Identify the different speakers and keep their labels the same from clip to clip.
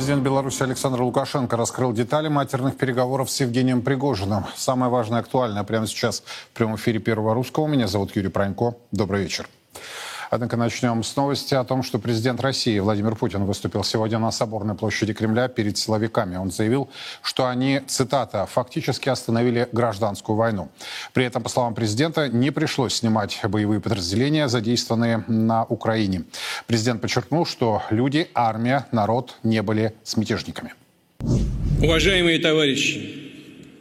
Speaker 1: Президент Беларуси Александр Лукашенко раскрыл детали матерных переговоров с Евгением Пригожиным. Самое важное и актуальное прямо сейчас в прямом эфире Первого Русского. Меня зовут Юрий Пронько. Добрый вечер. Однако начнем с новости о том, что президент России Владимир Путин выступил сегодня на Соборной площади Кремля перед силовиками. Он заявил, что они, цитата, «фактически остановили гражданскую войну». При этом, по словам президента, не пришлось снимать боевые подразделения, задействованные на Украине. Президент подчеркнул, что люди, армия, народ не были с мятежниками.
Speaker 2: Уважаемые товарищи,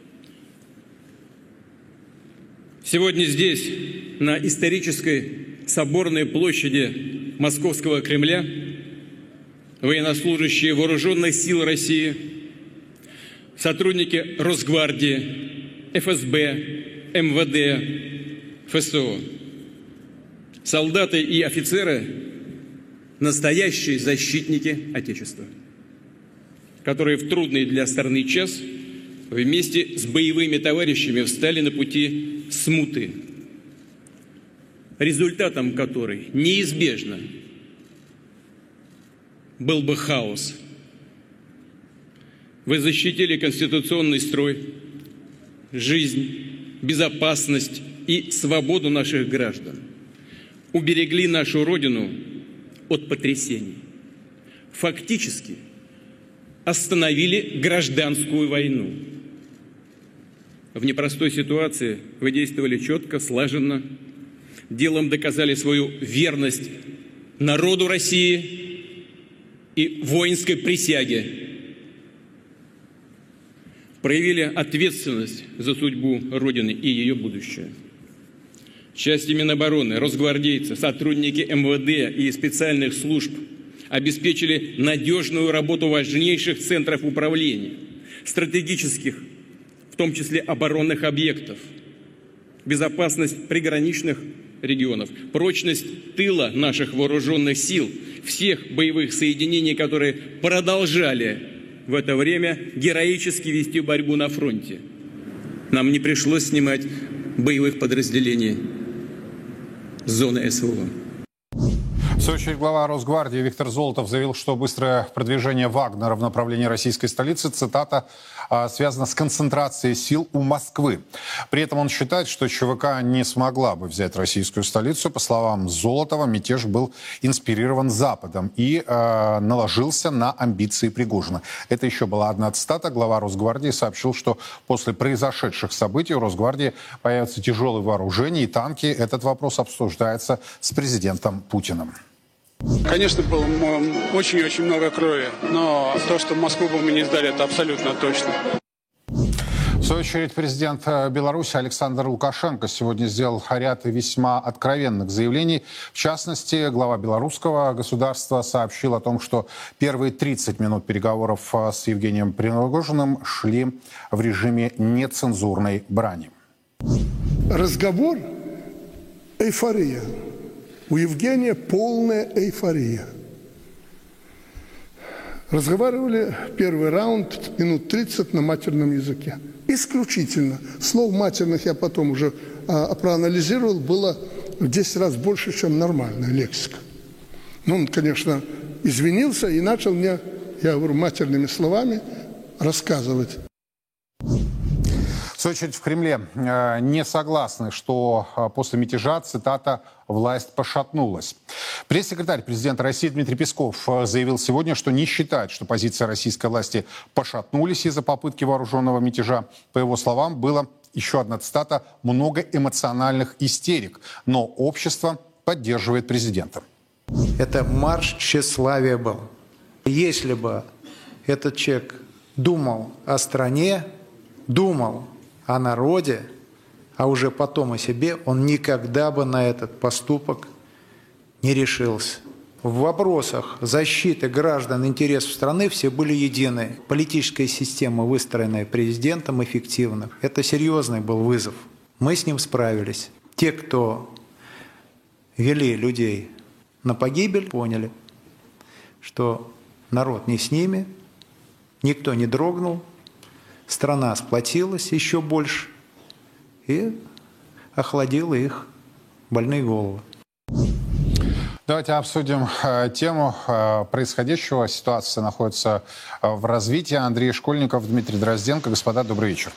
Speaker 2: сегодня здесь, на исторической Соборной площади Московского Кремля, военнослужащие Вооруженных сил России, сотрудники Росгвардии, ФСБ, МВД, ФСО, солдаты и офицеры – настоящие защитники Отечества, которые в трудный для страны час вместе с боевыми товарищами встали на пути смуты, результатом которой неизбежно был бы хаос. Вы защитили конституционный строй, жизнь, безопасность и свободу наших граждан, уберегли нашу Родину от потрясений, фактически остановили гражданскую войну. В непростой ситуации вы действовали четко, слаженно, делом доказали свою верность народу России и воинской присяге. Проявили ответственность за судьбу Родины и ее будущее. Части Минобороны, росгвардейцы, сотрудники МВД и специальных служб обеспечили надежную работу важнейших центров управления, стратегических, в том числе оборонных объектов, безопасность приграничных регионов, прочность тыла наших вооруженных сил, всех боевых соединений, которые продолжали в это время героически вести борьбу на фронте. Нам не пришлось снимать боевых подразделений с зоны СВО.
Speaker 1: В свою очередь, глава Росгвардии Виктор Золотов заявил, что быстрое продвижение Вагнера в направлении российской столицы, цитата, связано с концентрацией сил у Москвы. При этом он считает, что ЧВК не смогла бы взять российскую столицу. По словам Золотова, мятеж был инспирирован Западом и наложился на амбиции Пригожина. Это еще была одна цитата. Глава Росгвардии сообщил, что после произошедших событий у Росгвардии появятся тяжелые вооружения и танки. Этот вопрос обсуждается с президентом Путиным.
Speaker 3: Конечно, было очень-очень много крови, но то, что Москву бы мы не сдали, это абсолютно точно.
Speaker 1: В свою очередь, президент Беларуси Александр Лукашенко сегодня сделал ряд весьма откровенных заявлений. В частности, глава белорусского государства сообщил о том, что первые 30 минут переговоров с Евгением Пригожиным шли в режиме нецензурной брани.
Speaker 4: Разговор – эйфория. У Евгения полная эйфория. Разговаривали первый раунд минут 30 на матерном языке. Исключительно. Слов матерных я потом уже проанализировал, было в 10 раз больше, чем нормальная лексика. Ну, он, конечно, извинился и начал мне, я говорю, матерными словами рассказывать.
Speaker 1: В свою очередь, в Кремле не согласны, что после мятежа, цитата, «власть пошатнулась». Пресс-секретарь президента России Дмитрий Песков заявил сегодня, что не считает, что позиции российской власти пошатнулись из-за попытки вооруженного мятежа. По его словам, было, еще одна цитата, «много эмоциональных истерик», но общество поддерживает президента.
Speaker 5: Это марш тщеславия был. Если бы этот человек думал о стране, думал о народе, а уже потом о себе, он никогда бы на этот поступок не решился. В вопросах защиты граждан, интересов страны все были едины. Политическая система, выстроенная президентом, эффективна. Это серьезный был вызов. Мы с ним справились. Те, кто вели людей на погибель, поняли, что народ не с ними, никто не дрогнул, страна сплотилась еще больше и охладила их больные головы.
Speaker 1: Давайте обсудим тему происходящего. Ситуация находится в развитии. Андрей Школьников, Дмитрий Дрозденко. Господа, добрый вечер.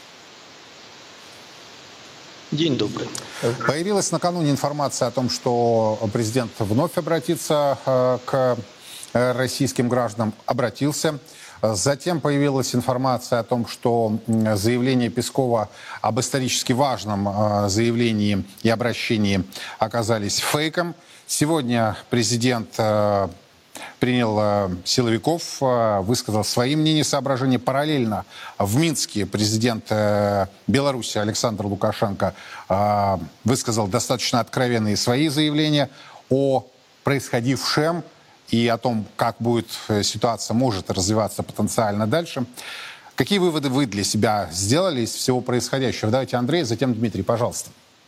Speaker 6: День добрый.
Speaker 1: Появилась накануне информация о том, что президент вновь обратится к российским гражданам. Обратился. Затем появилась информация о том, что заявление Пескова об исторически важном заявлении и обращении оказались фейком. Сегодня президент принял силовиков, высказал свои мнения и соображения. Параллельно в Минске президент Беларуси Александр Лукашенко высказал достаточно откровенные свои заявления о происходившем и о том, как будет ситуация, может развиваться потенциально дальше. Какие выводы вы для себя сделали из всего происходящего? Давайте Андрей, затем Дмитрий, пожалуйста.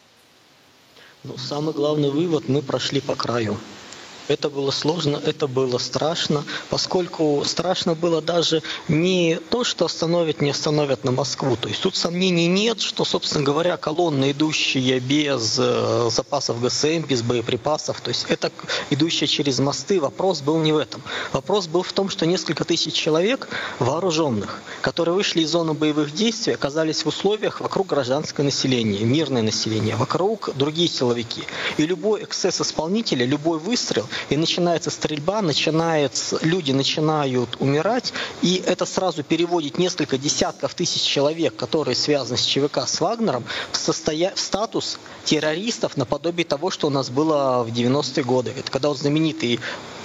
Speaker 6: Самый главный вывод: мы прошли по краю. Это было сложно, это было страшно, поскольку страшно было даже не то, что остановят, не остановят на Москву. То есть тут сомнений нет, что, собственно говоря, колонны, идущие без запасов ГСМ, без боеприпасов, то есть это идущие через мосты, вопрос был не в этом. Вопрос был в том, что несколько тысяч человек вооруженных, которые вышли из зоны боевых действий, оказались в условиях вокруг гражданское население, мирное население, вокруг другие силовики. И любой эксцесс исполнителя, любой выстрел, и начинается стрельба, люди начинают умирать, и это сразу переводит несколько десятков тысяч человек, которые связаны с ЧВК, с Вагнером, в статус террористов наподобие того, что у нас было в 90-е годы. Это когда вот знаменитые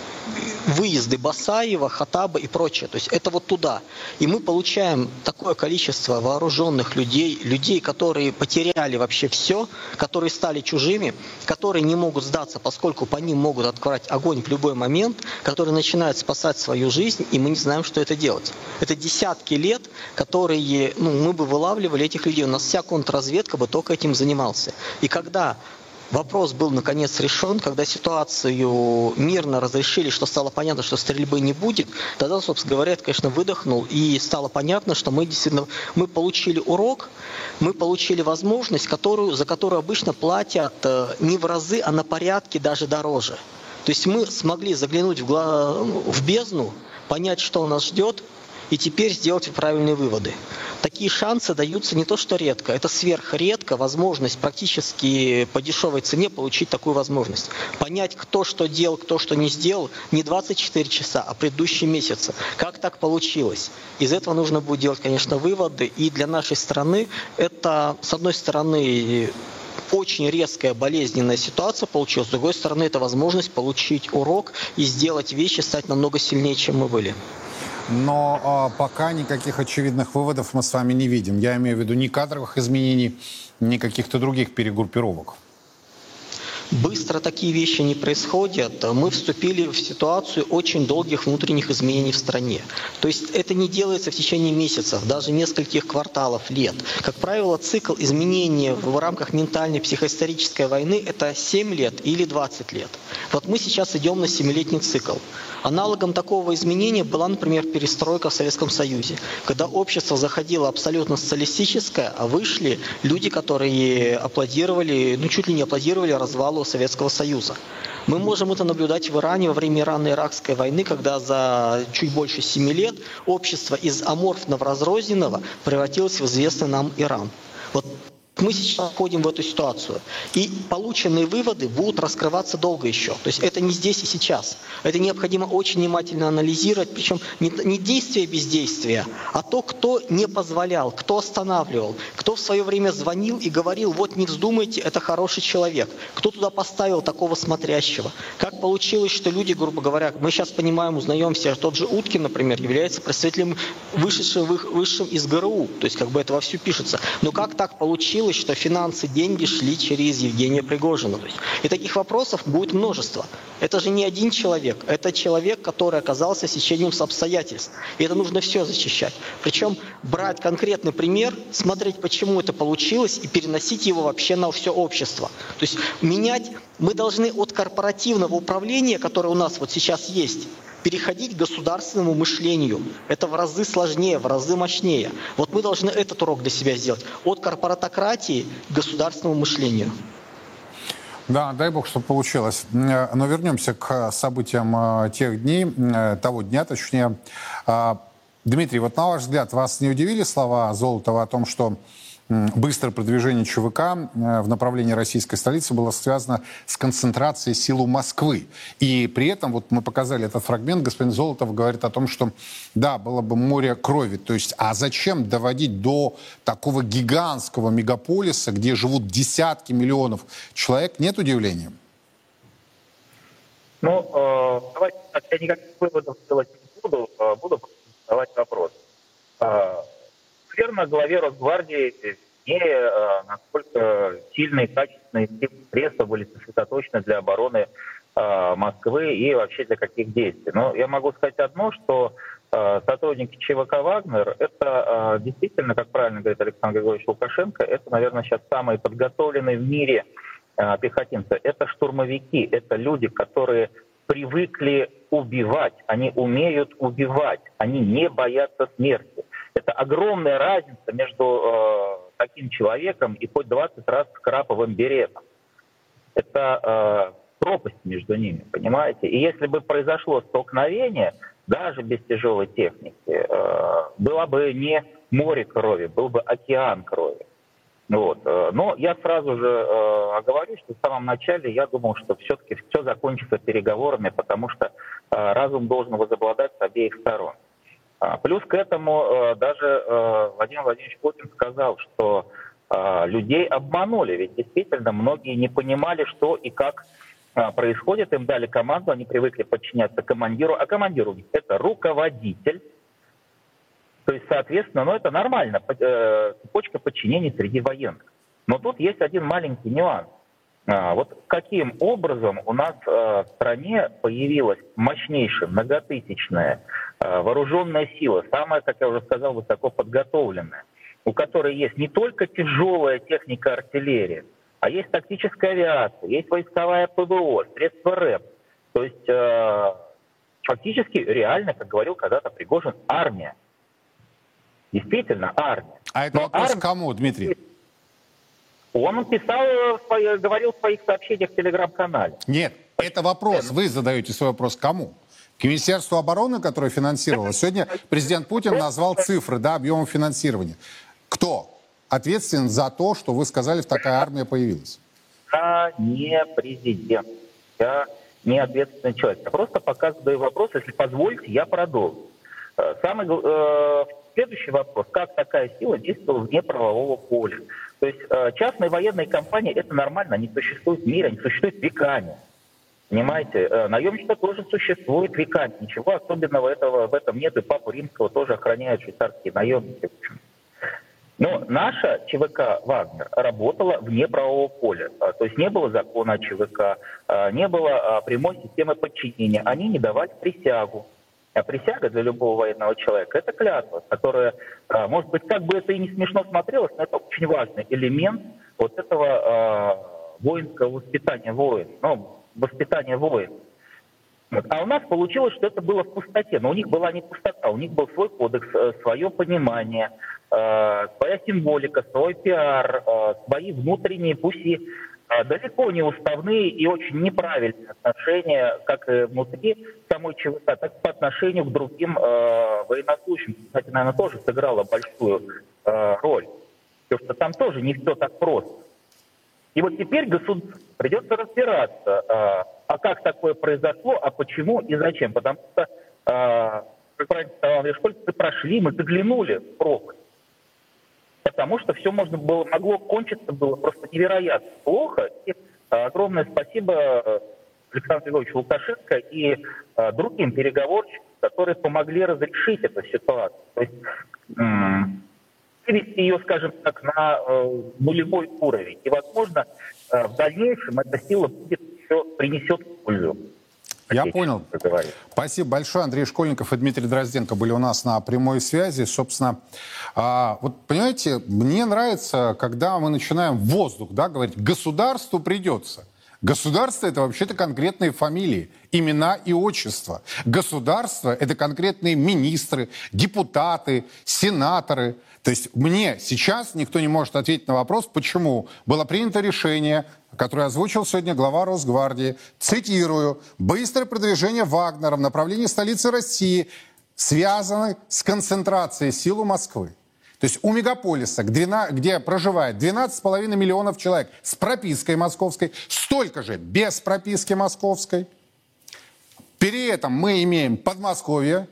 Speaker 6: выезды Басаева, Хаттаба и прочее. То есть это вот туда. И мы получаем такое количество вооруженных людей, которые потеряли вообще все, которые стали чужими, которые не могут сдаться, поскольку по ним могут открывать огонь в любой момент, которые начинают спасать свою жизнь, и мы не знаем, что это делать. Это десятки лет, которые мы бы вылавливали этих людей. У нас вся контрразведка бы только этим занимался. И когда вопрос был наконец решен, когда ситуацию мирно разрешили, что стало понятно, что стрельбы не будет, тогда, собственно говоря, это, конечно, выдохнул, и стало понятно, что мы действительно получили урок, мы получили возможность, за которую обычно платят не в разы, а на порядке даже дороже. То есть мы смогли заглянуть в бездну, понять, что нас ждет, и теперь сделать правильные выводы. Такие шансы даются не то что редко, это сверхредко, возможность практически по дешевой цене получить такую возможность. Понять, кто что делал, кто что не сделал, не 24 часа, а предыдущие месяцы. Как так получилось? Из этого нужно будет делать, конечно, выводы. И для нашей страны это, с одной стороны, очень резкая болезненная ситуация получилась, с другой стороны, это возможность получить урок и сделать вещи, стать намного сильнее, чем мы были.
Speaker 1: Но пока никаких очевидных выводов мы с вами не видим. Я имею в виду ни кадровых изменений, ни каких-то других перегруппировок.
Speaker 6: Быстро такие вещи не происходят. Мы вступили в ситуацию очень долгих внутренних изменений в стране. То есть это не делается в течение месяцев, даже нескольких кварталов, лет. Как правило, цикл изменений в рамках ментальной психоисторической войны – это 7 лет или 20 лет. Вот мы сейчас идем на 7-летний цикл. Аналогом такого изменения была, например, перестройка в Советском Союзе, когда общество заходило абсолютно социалистическое, а вышли люди, которые аплодировали, чуть ли не аплодировали развалу Советского Союза. Мы можем это наблюдать в Иране во время Ирано-Иракской войны, когда за чуть больше 7 лет общество из аморфного разрозненного превратилось в известный нам Иран. Вот мы сейчас входим в эту ситуацию. И полученные выводы будут раскрываться долго еще. То есть это не здесь и сейчас. Это необходимо очень внимательно анализировать. Причем не действие без действия, а то, кто не позволял, кто останавливал, кто в свое время звонил и говорил: вот не вздумайте, это хороший человек. Кто туда поставил такого смотрящего. Как получилось, что люди, грубо говоря, мы сейчас понимаем, узнаем все, тот же Уткин, например, является представителем высшим из ГРУ. То есть это вовсю пишется. Но как так получилось, что финансы, деньги шли через Евгения Пригожина? И таких вопросов будет множество. Это же не один человек, это человек, который оказался сечением обстоятельств. И это нужно все защищать. Причем брать конкретный пример, смотреть, почему это получилось, и переносить его вообще на все общество. То есть менять мы должны от корпоративного управления, которое у нас вот сейчас есть, переходить к государственному мышлению. Это в разы сложнее, в разы мощнее. Вот мы должны этот урок для себя сделать. От корпоратократии к государственному мышлению.
Speaker 1: Да, дай бог, чтобы получилось. Но вернемся к событиям тех дней, того дня, точнее. Дмитрий, вот на ваш взгляд, вас не удивили слова Золотова о том, что быстрое продвижение ЧВК в направлении российской столицы было связано с концентрацией сил у Москвы? И при этом, вот мы показали этот фрагмент, господин Золотов говорит о том, что да, было бы море крови. То есть, а зачем доводить до такого гигантского мегаполиса, где живут десятки миллионов человек? Нет удивления?
Speaker 7: Ну, давайте так, я никаких выводов делать не буду, буду задавать вопрос. Наверное, главе Росгвардии насколько сильные, качественные средства были сосредоточены для обороны Москвы и вообще для каких действий. Но я могу сказать одно, что сотрудники ЧВК «Вагнер» — это действительно, как правильно говорит Александр Григорьевич Лукашенко, это, наверное, сейчас самые подготовленные в мире пехотинцы. Это штурмовики, это люди, которые привыкли убивать, они умеют убивать, они не боятся смерти. Это огромная разница между таким человеком и хоть 20 раз с краповым беретом. Это пропасть между ними, понимаете? И если бы произошло столкновение, даже без тяжелой техники, было бы не море крови, был бы океан крови. Вот. Но я сразу же оговорю, что в самом начале я думал, что все-таки все закончится переговорами, потому что разум должен возобладать с обеих сторон. Плюс к этому даже Владимир Владимирович Путин сказал, что людей обманули, ведь действительно многие не понимали, что и как происходит. Им дали команду, они привыкли подчиняться командиру, а командир у них это руководитель. То есть, соответственно, ну, это нормально, цепочка подчинений среди военных. Но тут есть один маленький нюанс. Вот каким образом у нас в стране появилась мощнейшая, многотысячная вооруженная сила, самая, как я уже сказал, высоко подготовленная, у которой есть не только тяжелая техника артиллерии, а есть тактическая авиация, есть войсковая ПВО, средства РЭП. То есть фактически реально, как говорил когда-то Пригожин, армия. Действительно, армия.
Speaker 1: А это вопрос к кому, Дмитрий?
Speaker 7: Он писал, говорил в своих сообщениях в Телеграм-канале.
Speaker 1: Нет, это вопрос. Вы задаете свой вопрос кому? К Министерству обороны, которое финансировало. Сегодня президент Путин назвал цифры, да, объема финансирования. Кто ответственен за то, что вы сказали, такая армия появилась?
Speaker 7: Я не президент. Я не ответственный человек. Я просто пока задаю вопрос. Если позволите, я продолжу. Следующий вопрос. Как такая сила действовала вне правового поля? То есть частные военные компании — это нормально, они существуют в мире, они существуют веками. Понимаете? Наемничество тоже существует веками. Ничего особенного в этом нет, и Папу Римского тоже охраняют швейцарские наемники. Но наша ЧВК «Вагнер» работала вне правового поля. То есть не было закона о ЧВК, не было прямой системы подчинения. Они не давали присягу. А присяга для любого военного человека — это клятва, которая, может быть, как бы это и не смешно смотрелось, но это очень важный элемент вот этого воинского воспитания воин, воспитания воин. Вот. А у нас получилось, что это было в пустоте. Но у них была не пустота, у них был свой кодекс, свое понимание, своя символика, свой пиар, свои внутренние, пусть и далеко не уставные и очень неправильные отношения, как и внутри самой ЧВК, так и по отношению к другим военнослужащим. Кстати, наверное, тоже сыграла большую роль, потому что там тоже не все так просто. И вот теперь государству придется разбираться, а как такое произошло, а почему и зачем. Потому что, как правильно сказал Андрей Школьц, мы прошли, мы заглянули в пропасть. Потому что все могло кончиться было просто невероятно плохо. И огромное спасибо Александру Григорьевичу Лукашенко и другим переговорщикам, которые помогли разрешить эту ситуацию. То есть вывести ее, скажем так, на нулевой уровень. И, возможно, в дальнейшем эта сила принесет пользу.
Speaker 1: Я понял. Спасибо большое. Андрей Школьников и Дмитрий Дрозденко были у нас на прямой связи. Собственно, вот понимаете, мне нравится, когда мы начинаем в воздух, да, говорить, государству придется. Государство – это вообще-то конкретные фамилии, имена и отчества. Государство – это конкретные министры, депутаты, сенаторы. То есть мне сейчас никто не может ответить на вопрос, почему было принято решение, которое озвучил сегодня глава Росгвардии, цитирую, «быстрое продвижение Вагнера в направлении столицы России связано с концентрацией сил у Москвы». То есть у мегаполиса, где проживает 12,5 миллионов человек с пропиской московской, столько же без прописки московской. При этом мы имеем Подмосковье,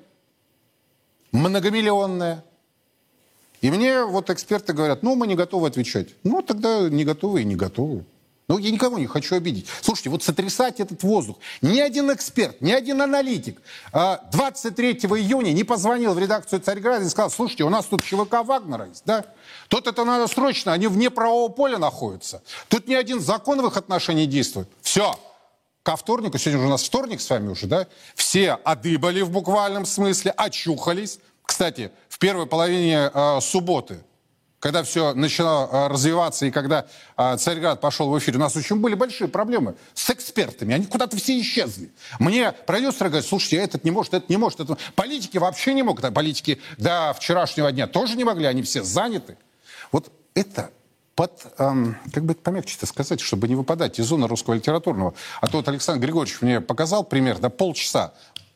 Speaker 1: многомиллионное. И мне вот эксперты говорят, ну, мы не готовы отвечать. Ну, тогда не готовы и не готовы. Ну, я никого не хочу обидеть. Слушайте, вот сотрясать этот воздух. Ни один эксперт, ни один аналитик 23 июня не позвонил в редакцию «Царьграда» и сказал, слушайте, у нас тут ЧВК Вагнера есть, да? Тут это надо срочно, они вне правового поля находятся. Тут ни один закон в их отношении действует. Все. Ко вторнику, сегодня уже у нас вторник с вами уже, да? Все одыбали в буквальном смысле, очухались. Кстати, в первой половине субботы, когда все начало развиваться, и когда Царьград пошел в эфир, у нас очень были большие проблемы с экспертами. Они куда-то все исчезли. Мне продюсеры говорят, слушайте, этот не может, это не может. Это... Политики вообще не могут. А политики до вчерашнего дня тоже не могли, они все заняты. Вот это как бы помягче-то сказать, чтобы не выпадать из зоны русского литературного. А то вот Александр Григорьевич мне показал пример, да, полчаса.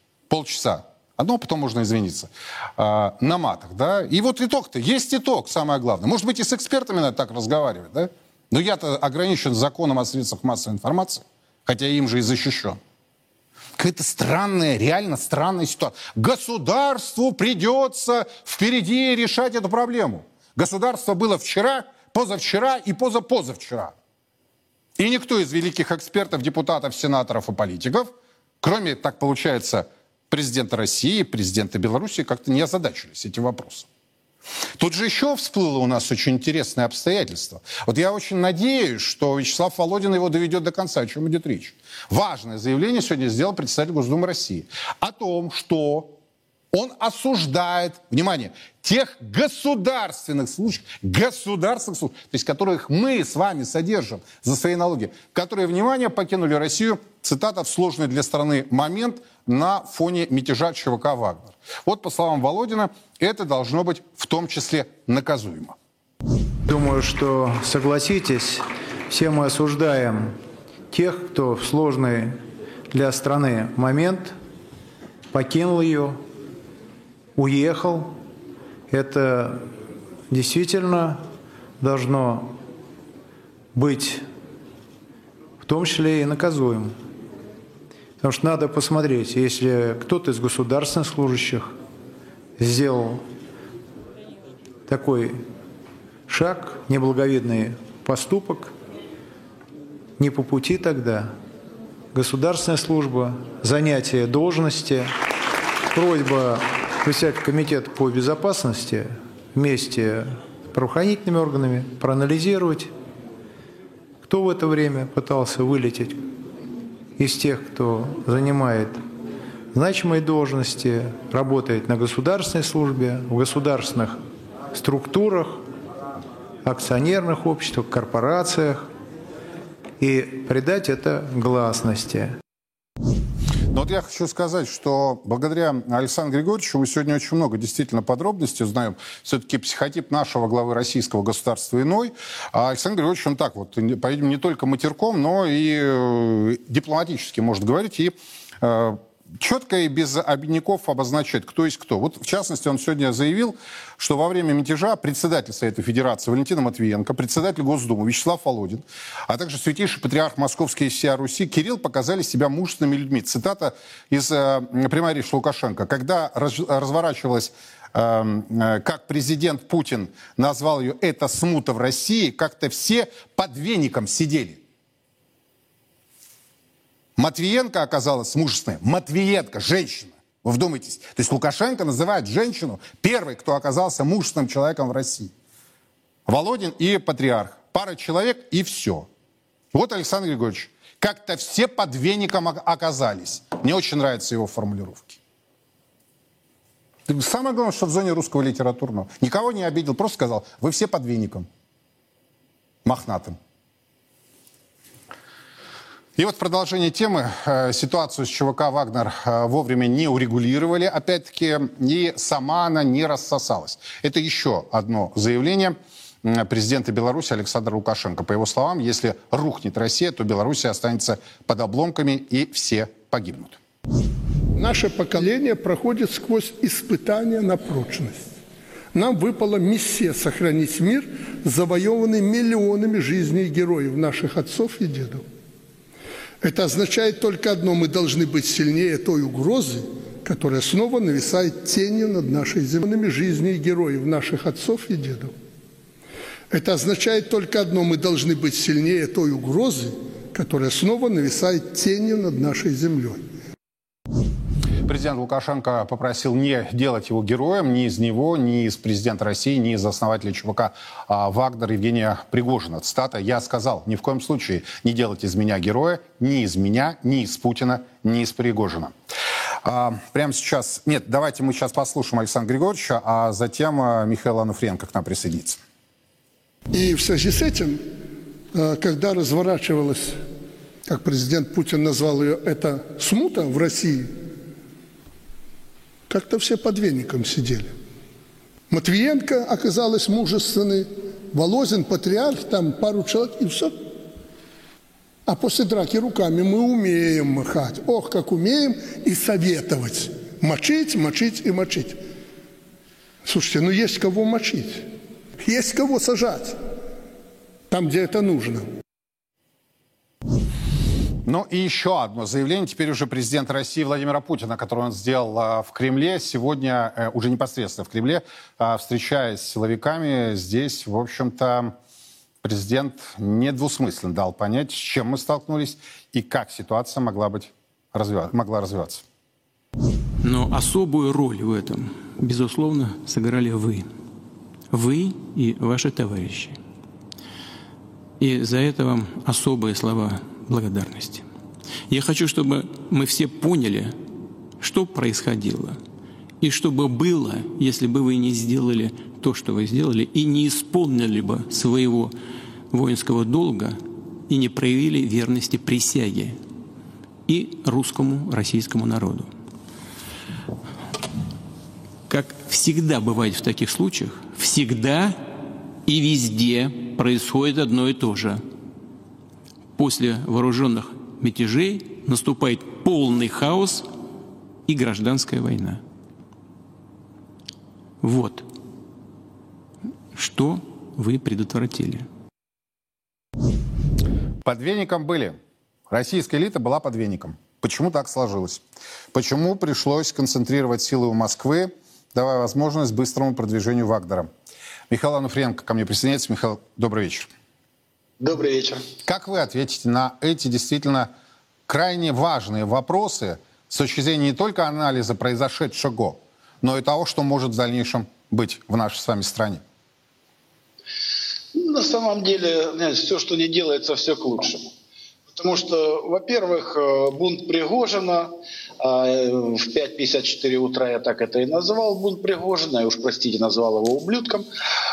Speaker 1: Одно, потом можно извиниться. На матах, да. И вот итог-то. Есть итог, самое главное. Может быть, и с экспертами надо так разговаривать, да? Но я-то ограничен законом о средствах массовой информации, хотя им же и защищен. Какая-то странная, реально странная ситуация. Государству придется впереди решать эту проблему. Государство было вчера, позавчера и позапозавчера. И никто из великих экспертов, депутатов, сенаторов и политиков, кроме, так получается, президента России, президента Беларуси, как-то не озадачились этим вопросом. Тут же еще всплыло у нас очень интересное обстоятельство. Вот я очень надеюсь, что Вячеслав Володин его доведет до конца, о чем идет речь. Важное заявление сегодня сделал представитель Госдумы России о том, что он осуждает, внимание, тех государственных служб, то есть которых мы с вами содержим за свои налоги, которые, внимание, покинули Россию, цитата, в сложный для страны момент на фоне мятежа ЧВК «Вагнер». Вот, по словам Володина, это должно быть в том числе наказуемо.
Speaker 5: Думаю, что, согласитесь, все мы осуждаем тех, кто в сложный для страны момент покинул ее, уехал. Это действительно должно быть в том числе и наказуемо. Потому что надо посмотреть, если кто-то из государственных служащих сделал такой шаг, неблаговидный поступок, не по пути тогда. Государственная служба, занятие должности, просьба председателя комитета по безопасности вместе с правоохранительными органами проанализировать, кто в это время пытался вылететь из тех, кто занимает значимые должности, работает на государственной службе, в государственных структурах, акционерных обществах, корпорациях, и придать это гласности.
Speaker 1: Но вот я хочу сказать, что благодаря Александру Григорьевичу мы сегодня очень много действительно подробностей узнаем. Все-таки психотип нашего главы российского государства иной. А Александр Григорьевич, он так вот, по-видимому, не только матерком, но и дипломатически может говорить, и четко и без обиняков обозначает, кто есть кто. Вот, в частности, он сегодня заявил, что во время мятежа председатель Совета Федерации Валентина Матвиенко, председатель Госдумы Вячеслав Володин, а также святейший патриарх Московский и всея Руси Кирилл показали себя мужественными людьми. Цитата из прямой речи Лукашенко. Когда разворачивалась, как президент Путин назвал ее «это смута в России», как-то все под веником сидели. Матвиенко оказалась мужественной. Матвиенко, женщина. Вы вдумайтесь. То есть Лукашенко называет женщину первой, кто оказался мужественным человеком в России. Володин и патриарх. Пара человек и все. Вот Александр Григорьевич. Как-то все под веником оказались. Мне очень нравятся его формулировки. Самое главное, что в зоне русского литературного. Никого не обидел, просто сказал, вы все под веником. Мохнатым. И вот в продолжение темы, ситуацию с ЧВК «Вагнер» вовремя не урегулировали, опять-таки, и сама она не рассосалась. Это еще одно заявление президента Беларуси Александра Лукашенко. По его словам, если рухнет Россия, то Беларусь останется под обломками и все погибнут.
Speaker 4: Наше поколение проходит сквозь испытания на прочность. Нам выпала миссия сохранить мир, завоеванный миллионами жизней героев наших отцов и дедов. Это означает только одно: мы должны быть сильнее той угрозы, которая снова нависает тенью над нашей земными жизней героев наших отцов и дедов. Это означает только одно: мы должны быть сильнее той угрозы, которая снова нависает тенью над нашей землей.
Speaker 1: Президент Лукашенко попросил не делать его героем ни из него, ни из президента России, ни из основателя ЧВК «Вагнер» Евгения Пригожина. Цитата: «Я сказал, ни в коем случае не делать из меня героя, ни из меня, ни из Путина, ни из Пригожина». Прямо сейчас... Нет, давайте мы сейчас послушаем Александра Григорьевича, а затем Михаил Онуфриенко к нам присоединится.
Speaker 4: И в связи с этим, когда разворачивалась, как президент Путин назвал ее, эта смута в России, как-то все под веником сидели. Матвиенко оказалась мужественной, Володин, патриарх, там пару человек, и все. А после драки руками мы умеем махать. Ох, как умеем, и советовать. Мочить, мочить и мочить. Слушайте, ну есть кого мочить. Есть кого сажать. Там, где это нужно.
Speaker 1: Ну и еще одно заявление, теперь уже президента России Владимира Путина, которое он сделал в Кремле. Сегодня, уже непосредственно в Кремле, встречаясь с силовиками, здесь, в общем-то, президент недвусмысленно дал понять, с чем мы столкнулись и как ситуация могла развиваться.
Speaker 2: Но особую роль в этом, безусловно, сыграли вы. Вы и ваши товарищи. И за это вам особые слова благодарности. Я хочу, чтобы мы все поняли, что происходило, и что бы было, если бы вы не сделали то, что вы сделали, и не исполнили бы своего воинского долга, и не проявили верности присяге и русскому, российскому народу. Как всегда бывает в таких случаях, всегда и везде происходит одно и то же. После вооруженных мятежей наступает полный хаос и гражданская война. Вот что вы предотвратили.
Speaker 1: Под веником были. Российская элита была под веником. Почему так сложилось? Почему пришлось концентрировать силы у Москвы, давая возможность быстрому продвижению Вагнера? Михаил Онуфриенко ко мне присоединяется. Михаил, добрый вечер.
Speaker 8: Добрый вечер.
Speaker 1: Как вы ответите на эти действительно крайне важные вопросы с точки зрения не только анализа произошедшего, но и того, что может в дальнейшем быть в нашей с вами стране?
Speaker 8: На самом деле, все, что не делается, все к лучшему. Потому что, во-первых, бунт Пригожина, в 5:54 утра я так это и назвал, бунт Пригожина, я уж, простите, назвал его ублюдком,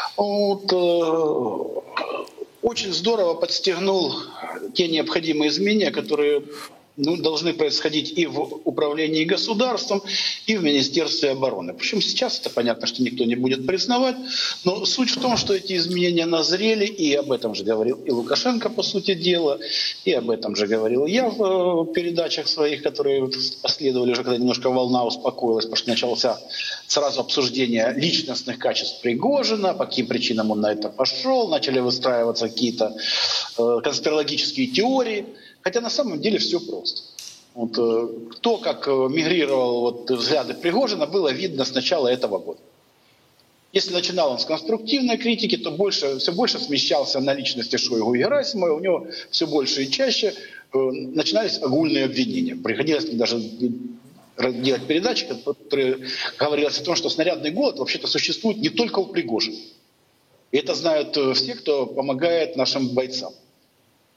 Speaker 8: вот, очень здорово подстегнул те необходимые изменения, которые должны происходить и в управлении государством, и в Министерстве обороны. Причем сейчас это понятно, что никто не будет признавать, но суть в том, что эти изменения назрели, и об этом же говорил и Лукашенко, по сути дела, и об этом же говорил я в передачах своих, которые последовали уже, когда немножко волна успокоилась, потому что начался сразу обсуждение личностных качеств Пригожина, по каким причинам он на это пошел, начали выстраиваться какие-то конспирологические теории. Хотя на самом деле все просто. Вот, кто как мигрировал взгляды Пригожина, было видно с начала этого года. Если начинал он с конструктивной критики, то все больше смещался на личности Шойгу и Герасимова, у него все больше и чаще начинались огульные обвинения. Приходилось даже делать передачи, которые говорилось о том, что снарядный голод вообще-то существует не только у Пригожина. И это знают все, кто помогает нашим бойцам.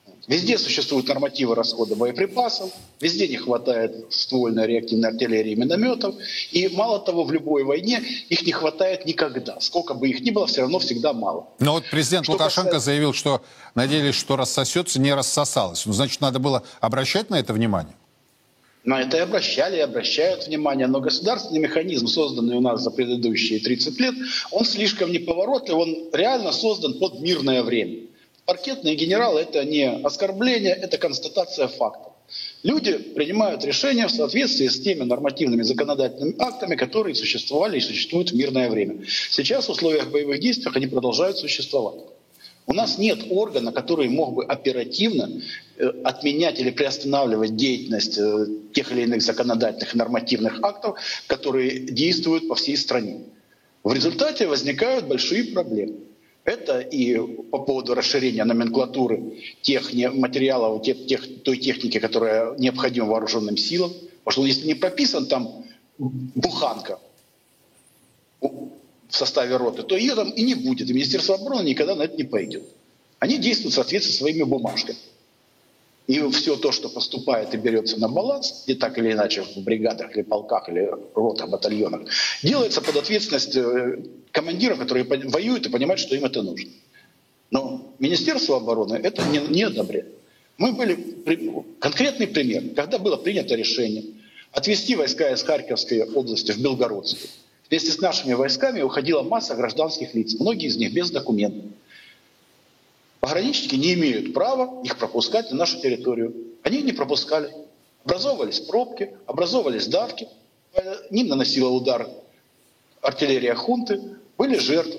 Speaker 8: Везде существуют нормативы расхода боеприпасов, везде не хватает ствольной реактивной артиллерии, минометов. И мало того, в любой войне их не хватает никогда. Сколько бы их ни было, все равно всегда мало.
Speaker 1: Но вот президент Лукашенко заявил, что надеялись, что рассосется, не рассосалось. Ну, значит, надо было обращать на это внимание?
Speaker 8: На это и обращали, и обращают внимание. Но государственный механизм, созданный у нас за предыдущие 30 лет, он слишком неповоротлив, он реально создан под мирное время. Паркетные генералы – это не оскорбление, это констатация фактов. Люди принимают решения в соответствии с теми нормативными законодательными актами, которые существовали и существуют в мирное время. Сейчас в условиях боевых действий они продолжают существовать. У нас нет органа, который мог бы оперативно отменять или приостанавливать деятельность тех или иных законодательных и нормативных актов, которые действуют по всей стране. В результате возникают большие проблемы. Это и по поводу расширения номенклатуры тех материалов, той техники, которая необходима вооруженным силам. Потому что если не прописан там буханка в составе роты, то ее там и не будет. И Министерство обороны никогда на это не пойдет. Они действуют в соответствии со своими бумажками. И все то, что поступает и берется на баланс, и так или иначе в бригадах, или полках, или ротах, батальонах, делается под ответственность командиров, которые воюют и понимают, что им это нужно. Но Министерство обороны это не одобряет. Мы были... Конкретный пример. Когда было принято решение отвести войска из Харьковской области в Белгородскую, вместе с нашими войсками уходила масса гражданских лиц, многие из них без документов. Пограничники не имеют права их пропускать на нашу территорию. Они не пропускали. Образовывались пробки, образовывались давки. Ним наносила удар артиллерия хунты. Были жертвы.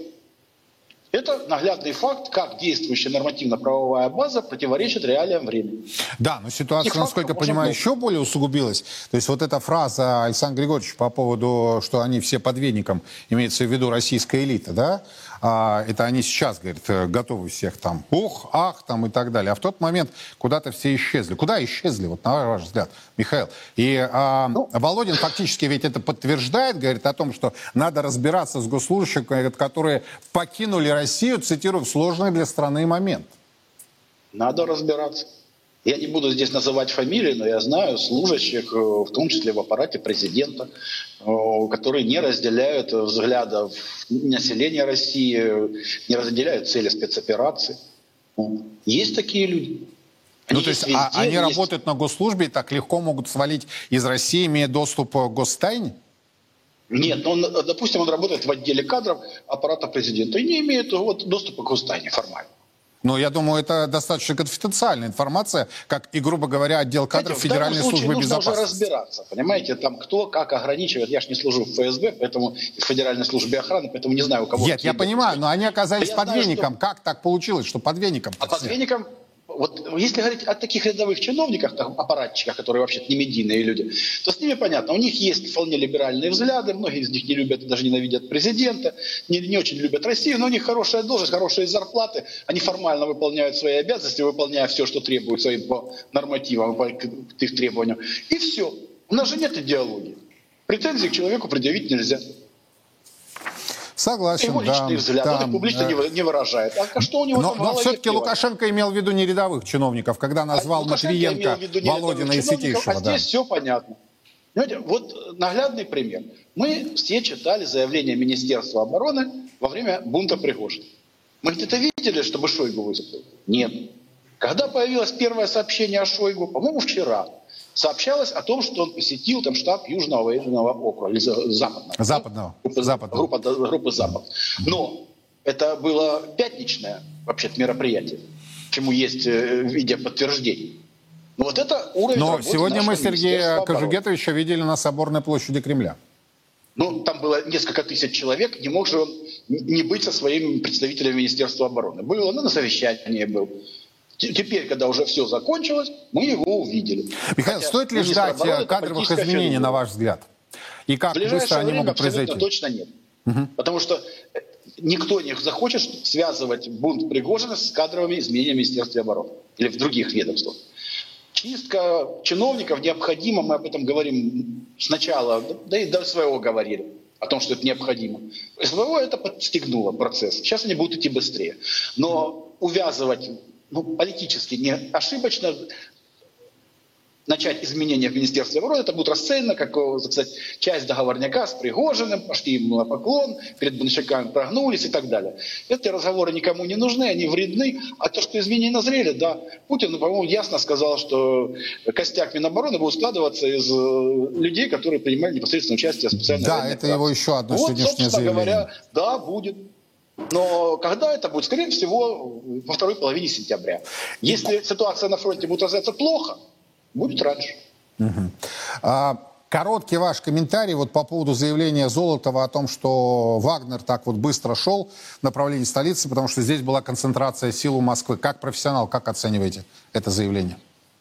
Speaker 8: Это наглядный факт, как действующая нормативно-правовая база противоречит реалиям времени.
Speaker 1: Да, но ситуация, насколько я понимаю, еще более усугубилась. То есть вот эта фраза Александра Григорьевича по поводу, что они все под веником, имеется в виду российская элита, да? Это они сейчас, говорят, готовы всех там, ух, ах, там и так далее. А в тот момент куда-то все исчезли. Куда исчезли, вот на ваш взгляд, Михаил? И Володин фактически ведь это подтверждает, говорит о том, что надо разбираться с госслужащими, которые покинули Россию, цитирую, в сложный для страны момент.
Speaker 8: Надо разбираться. Я не буду здесь называть фамилии, но я знаю служащих, в том числе в аппарате президента, которые не разделяют взглядов населения России, не разделяют цели спецоперации. Есть такие люди.
Speaker 1: Ну, то есть они работают на госслужбе и так легко могут свалить из России, имея доступ к гостайне?
Speaker 8: Нет, допустим, он работает в отделе кадров аппарата президента и не имеет доступа к гостайне формально.
Speaker 1: Но я думаю, это достаточно конфиденциальная информация, как и, грубо говоря, отдел кадров Федеральной службы безопасности.
Speaker 8: Нужно уже разбираться, понимаете, там кто как ограничивает. Я же не служу в ФСБ, поэтому и в Федеральной службе охраны, поэтому не знаю, у кого...
Speaker 1: Нет, я понимаю, но они оказались под веником. Как так получилось, что под веником?
Speaker 8: А под веником... Вот если говорить о таких рядовых чиновниках, аппаратчиках, которые вообще-то не медийные люди, то с ними понятно. У них есть вполне либеральные взгляды, многие из них не любят, даже ненавидят президента, не очень любят Россию, но у них хорошая должность, хорошие зарплаты, они формально выполняют свои обязанности, выполняя все, что требуют своим по нормативам, по их требованиям. И все. У нас же нет идеологии. Претензий к человеку предъявить нельзя.
Speaker 1: Согласен,
Speaker 8: его личный взгляд, он их публично не выражает. А что у него
Speaker 1: но все-таки Лукашенко имел в виду не рядовых чиновников, когда назвал Матвиенко, Володина и Сетейшего.
Speaker 8: А здесь все понятно. Понимаете, вот наглядный пример. Мы все читали заявление Министерства обороны во время бунта Пригожина. Мы где-то видели, чтобы Шойгу выступил? Нет. Когда появилось первое сообщение о Шойгу, по-моему, вчера, сообщалось о том, что он посетил там штаб Южного военного округа, или Западного. Группы Запад. Но это было пятничное вообще-то мероприятие, чему есть видеоподтверждение. Но вот это уровень
Speaker 1: Но
Speaker 8: работы
Speaker 1: сегодня мы Сергея
Speaker 8: обороны.
Speaker 1: Кожугетовича видели на Соборной площади Кремля.
Speaker 8: Ну, там было несколько тысяч человек, не мог же он не быть со своими представителями Министерства обороны. Было, на совещании был. Теперь, когда уже все закончилось, мы его увидели.
Speaker 1: Михаил, стоит ли ждать кадровых изменений, на ваш взгляд? И как быстро они могут произойти?
Speaker 8: Точно нет. Потому что никто не захочет связывать бунт Пригожина с кадровыми изменениями в Министерстве обороны или в других ведомствах. Чистка чиновников необходима, мы об этом говорим сначала, да и до СВО говорили о том, что это необходимо. СВО это подстегнуло процесс. Сейчас они будут идти быстрее. Но увязывать политически не ошибочно начать изменения в Министерстве обороны, это будет расценено как, так сказать, часть договорняка с Пригожиным, пошли ему на поклон, перед бунтовщиками прогнулись и так далее. Эти разговоры никому не нужны, они вредны. А то, что изменения назрели, да, Путин, по-моему, ясно сказал, что костяк Минобороны будет складываться из людей, которые принимали непосредственное участие в специальной
Speaker 1: Да,
Speaker 8: военной
Speaker 1: это его еще одно сегодняшнее
Speaker 8: собственно
Speaker 1: заявление.
Speaker 8: говоря, да, будет. Но когда это будет? Скорее всего, во второй половине сентября. Если ситуация на фронте будет развиваться плохо, будет раньше.
Speaker 1: Короткий ваш комментарий вот по поводу заявления Золотова о том, что Вагнер так вот быстро шел в направлении столицы, потому что здесь была концентрация сил у Москвы. Как профессионал, как оцениваете это заявление?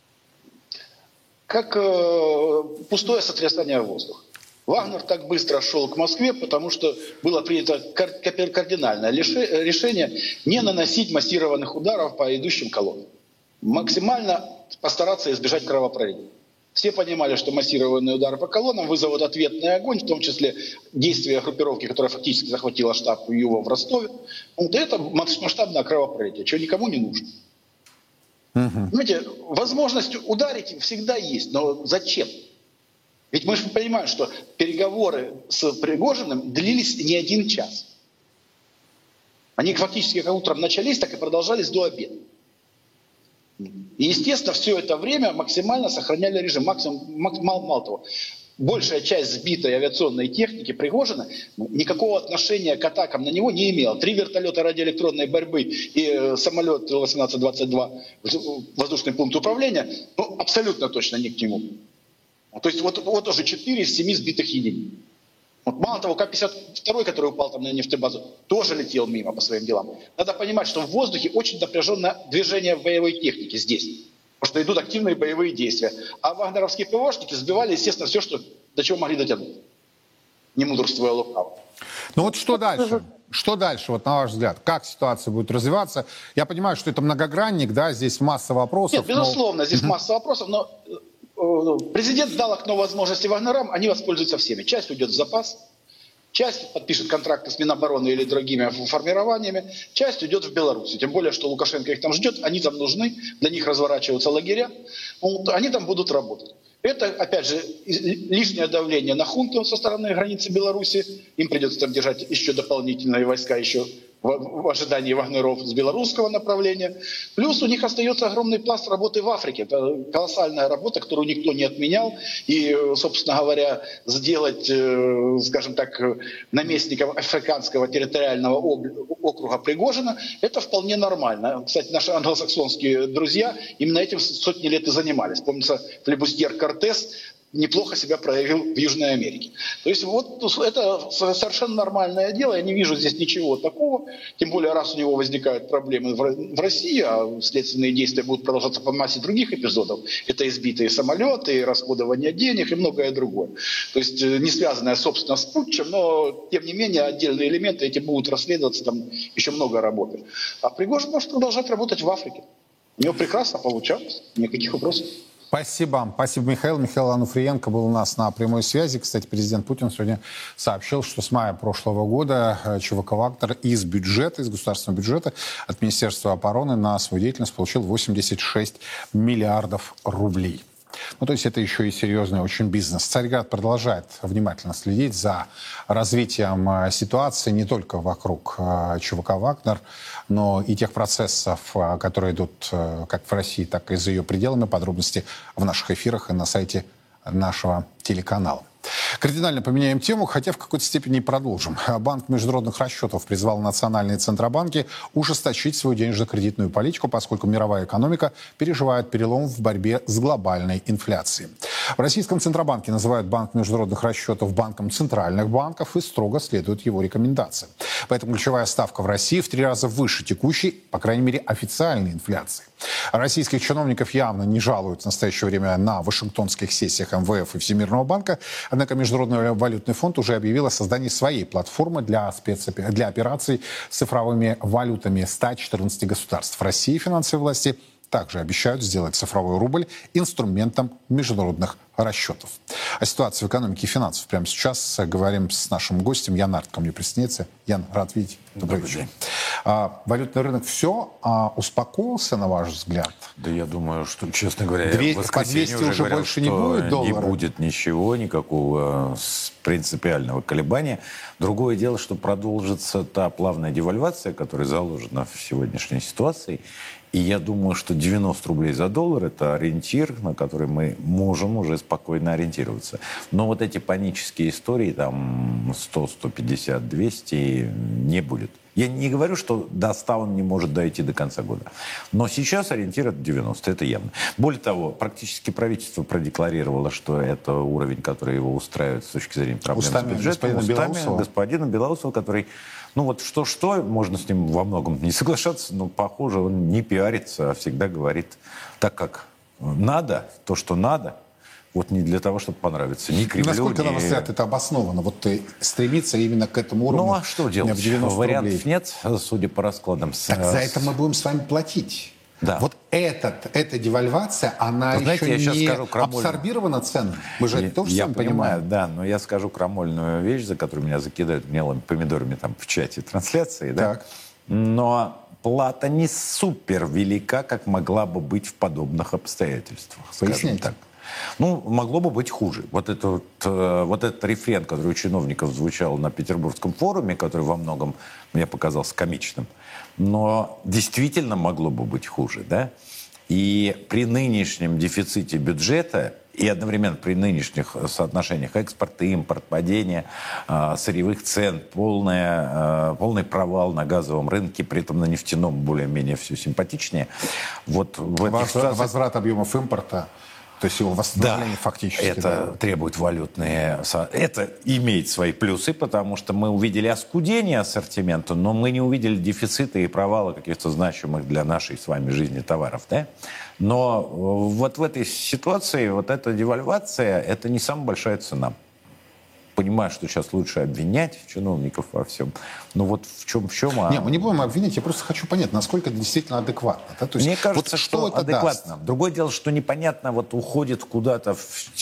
Speaker 8: Как пустое сотрясание воздуха. Вагнер так быстро шел к Москве, потому что было принято кардинальное решение не наносить массированных ударов по идущим колоннам. Максимально постараться избежать кровопролития. Все понимали, что массированные удары по колоннам вызовут ответный огонь, в том числе действия группировки, которая фактически захватила штаб Юва в Ростове. Вот это масштабное кровопролитие, чего никому не нужно. Знаете, возможность ударить всегда есть, но зачем? Ведь мы же понимаем, что переговоры с Пригожиным длились не 1 час. Они фактически как утром начались, так и продолжались до обеда. И, естественно, все это время максимально сохраняли режим. Мало того, большая часть сбитой авиационной техники Пригожина никакого отношения к атакам на него не имела. 3 вертолета радиоэлектронной борьбы и самолет Ил-18-22, воздушный пункт управления, абсолютно точно ни к нему. То есть вот уже 4 из 7 сбитых единиц. Вот мало того, К-52, который упал там на нефтебазу, тоже летел мимо по своим делам. Надо понимать, что в воздухе очень напряженное движение боевой техники здесь. Потому что идут активные боевые действия. А вагнеровские ПВОшники сбивали, естественно, все, до чего могли дотянуть. Не мудрствуя лукаво.
Speaker 1: Ну вот что дальше? Что дальше, вот на ваш взгляд? Как ситуация будет развиваться? Я понимаю, что это многогранник, да, здесь масса вопросов.
Speaker 8: Нет, безусловно, здесь масса вопросов, но президент дал окно возможности вагнерам, они воспользуются всеми. Часть уйдет в запас, часть подпишет контракты с Минобороны или другими формированиями, часть уйдет в Беларусь. Тем более, что Лукашенко их там ждет, они там нужны, для них разворачиваются лагеря, они там будут работать. Это, опять же, лишнее давление на хунту со стороны границы Беларуси. Им придется там держать еще дополнительные войска, еще в ожидании вагнеров с белорусского направления. Плюс у них остается огромный пласт работы в Африке. Это колоссальная работа, которую никто не отменял. И, собственно говоря, сделать, скажем так, наместником африканского территориального округа Пригожина, это вполне нормально. Кстати, наши англосаксонские друзья именно этим сотни лет и занимались. Помнится, флебустьер Кортес неплохо себя проявил в Южной Америке. То есть вот это совершенно нормальное дело, я не вижу здесь ничего такого, тем более раз у него возникают проблемы в России, а следственные действия будут продолжаться по массе других эпизодов. Это избитые самолеты, и расходование денег и многое другое. То есть не связанное, собственно, с путчем, но тем не менее отдельные элементы эти будут расследоваться, там еще много работы. А Пригожин может продолжать работать в Африке. У него прекрасно получалось, никаких вопросов.
Speaker 1: Спасибо. Спасибо, Михаил. Михаил Ануфриенко был у нас на прямой связи. Кстати, президент Путин сегодня сообщил, что с мая прошлого года ЧВК «Вагнер» из государственного бюджета от Министерства обороны на свою деятельность получил 86 миллиардов рублей. Ну, то есть это еще и серьезный очень бизнес. Царьград продолжает внимательно следить за развитием ситуации не только вокруг ЧВК «Вагнер», но и тех процессов, которые идут как в России, так и за ее пределами. Подробности в наших эфирах и на сайте нашего телеканала. Кардинально поменяем тему, хотя в какой-то степени и продолжим. Банк международных расчетов призвал национальные центробанки ужесточить свою денежно-кредитную политику, поскольку мировая экономика переживает перелом в борьбе с глобальной инфляцией. В российском Центробанке называют Банк международных расчетов банком центральных банков и строго следуют его рекомендациям. Поэтому ключевая ставка в России в 3 раза выше текущей, по крайней мере, официальной инфляции. Российских чиновников явно не жалуют в настоящее время на вашингтонских сессиях МВФ и Всемирного банка. Однако Международный валютный фонд уже объявил о создании своей платформы для операций с цифровыми валютами 114 государств. В России финансовые власти также обещают сделать цифровой рубль инструментом международных расчетов. О ситуации в экономике и финансах прямо сейчас говорим с нашим гостем. Ян Арт ко мне присоединяется. Ян, рад видеть. Добрый вечер. Валютный рынок все успокоился, на ваш взгляд?
Speaker 9: Да я думаю, что, честно говоря,
Speaker 1: по 200 уже
Speaker 9: говорил,
Speaker 1: больше не будет доллара?
Speaker 9: Не будет ничего, никакого принципиального колебания. Другое дело, что продолжится та плавная девальвация, которая заложена в сегодняшней ситуации. И я думаю, что 90 рублей за доллар – это ориентир, на который мы можем уже спокойно ориентироваться. Но вот эти панические истории, там 100, 150, 200 не будет. Я не говорю, что до 100 он не может дойти до конца года. Но сейчас ориентир это 90, это явно. Более того, практически правительство продекларировало, что это уровень, который его устраивает с точки зрения проблем с бюджетом. Господина Белоусова, который... Ну вот что-что, можно с ним во многом не соглашаться, но, похоже, он не пиарится, а всегда говорит так, как надо, то, что надо. Вот не для того, чтобы понравиться ни Кремлю,
Speaker 1: насколько, на ваш взгляд, это обосновано? Вот стремиться именно к этому уровню?
Speaker 9: Ну а что делать? Вариантов рублей нет, судя по раскладам.
Speaker 1: Так за это мы будем с вами платить.
Speaker 9: Да.
Speaker 1: Вот эта девальвация, она
Speaker 9: знаете,
Speaker 1: еще не абсорбирована ценами. Мы же это тоже сами понимаем.
Speaker 9: Да, но я скажу крамольную вещь, за которую меня закидают гнилыми помидорами там в чате трансляции. Да? Но плата не супер велика, как могла бы быть в подобных обстоятельствах. Скажем так. Ну, могло бы быть хуже. Вот этот рефрен, который у чиновников звучал на Петербургском форуме, который во многом мне показался комичным, но действительно могло бы быть хуже, да? И при нынешнем дефиците бюджета и одновременно при нынешних соотношениях экспорт и импорт, падение сырьевых цен, полный провал на газовом рынке, при этом на нефтяном более-менее все симпатичнее. Вот в этих ситуациях...
Speaker 1: Возврат объемов импорта. То есть его восстановление фактически.
Speaker 9: Это требует валютные... Это имеет свои плюсы, потому что мы увидели оскудение ассортимента, но мы не увидели дефицита и провала каких-то значимых для нашей с вами жизни товаров. Да? Но вот в этой ситуации вот эта девальвация, это не самая большая цена. Понимаю, что сейчас лучше обвинять чиновников во всем. Но вот в чем...
Speaker 1: Не, мы не будем обвинять, я просто хочу понять, насколько это действительно адекватно. Да? То есть,
Speaker 9: мне кажется,
Speaker 1: вот
Speaker 9: что это адекватно. Даст? Другое дело, что непонятно, вот уходит куда-то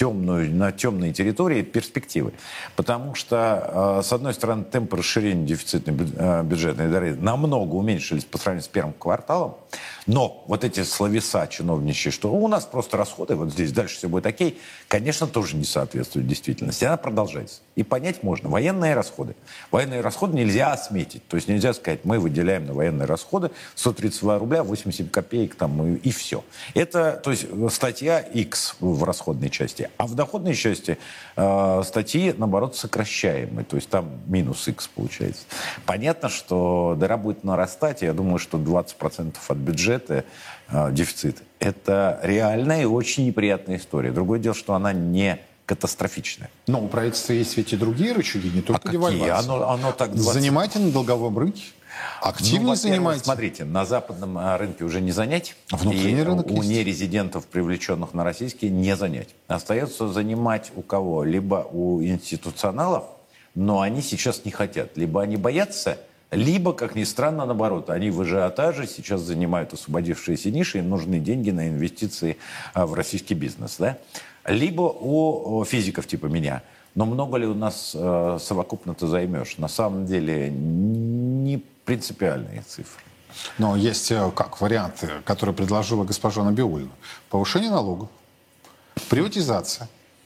Speaker 9: на темные территории перспективы. Потому что, с одной стороны, темпы расширения дефицитной бюджетной дыры намного уменьшились по сравнению с первым кварталом. Но вот эти словеса чиновничьи, что у нас просто расходы, вот здесь дальше все будет окей, конечно, тоже не соответствует действительности. Она продолжается. И понять можно. Военные расходы. Военные расходы нельзя осметить. То есть нельзя сказать, мы выделяем на военные расходы 132 рубля 87 копеек там, и все. Это, то есть, статья X в расходной части. А в доходной части статьи, наоборот, сокращаемые. То есть там минус X получается. Понятно, что дыра будет нарастать. Я думаю, что 20% от бюджета дефицит. Это реальная и очень неприятная история. Другое дело, что она не катастрофичная.
Speaker 1: Но у правительства есть ведь и другие рычаги, не только девальвация.
Speaker 9: Оно так 20...
Speaker 1: Занимайте на долговом рынке. Активно занимайтесь.
Speaker 9: Смотрите, на западном рынке уже не занять.
Speaker 1: Внутренний рынок
Speaker 9: у
Speaker 1: есть.
Speaker 9: нерезидентов, привлеченных на российский, не занять. Остается занимать у кого? Либо у институционалов, но они сейчас не хотят. Либо они боятся, либо, как ни странно, наоборот, они в ажиотаже сейчас занимают освободившиеся ниши, им нужны деньги на инвестиции в российский бизнес. Да? Либо у физиков типа меня. Но много ли у нас совокупно ты займешь? На самом деле не принципиальные цифры.
Speaker 1: Но есть как варианты, которые предложила госпожа Набиуллина. Повышение налогов, приватизация.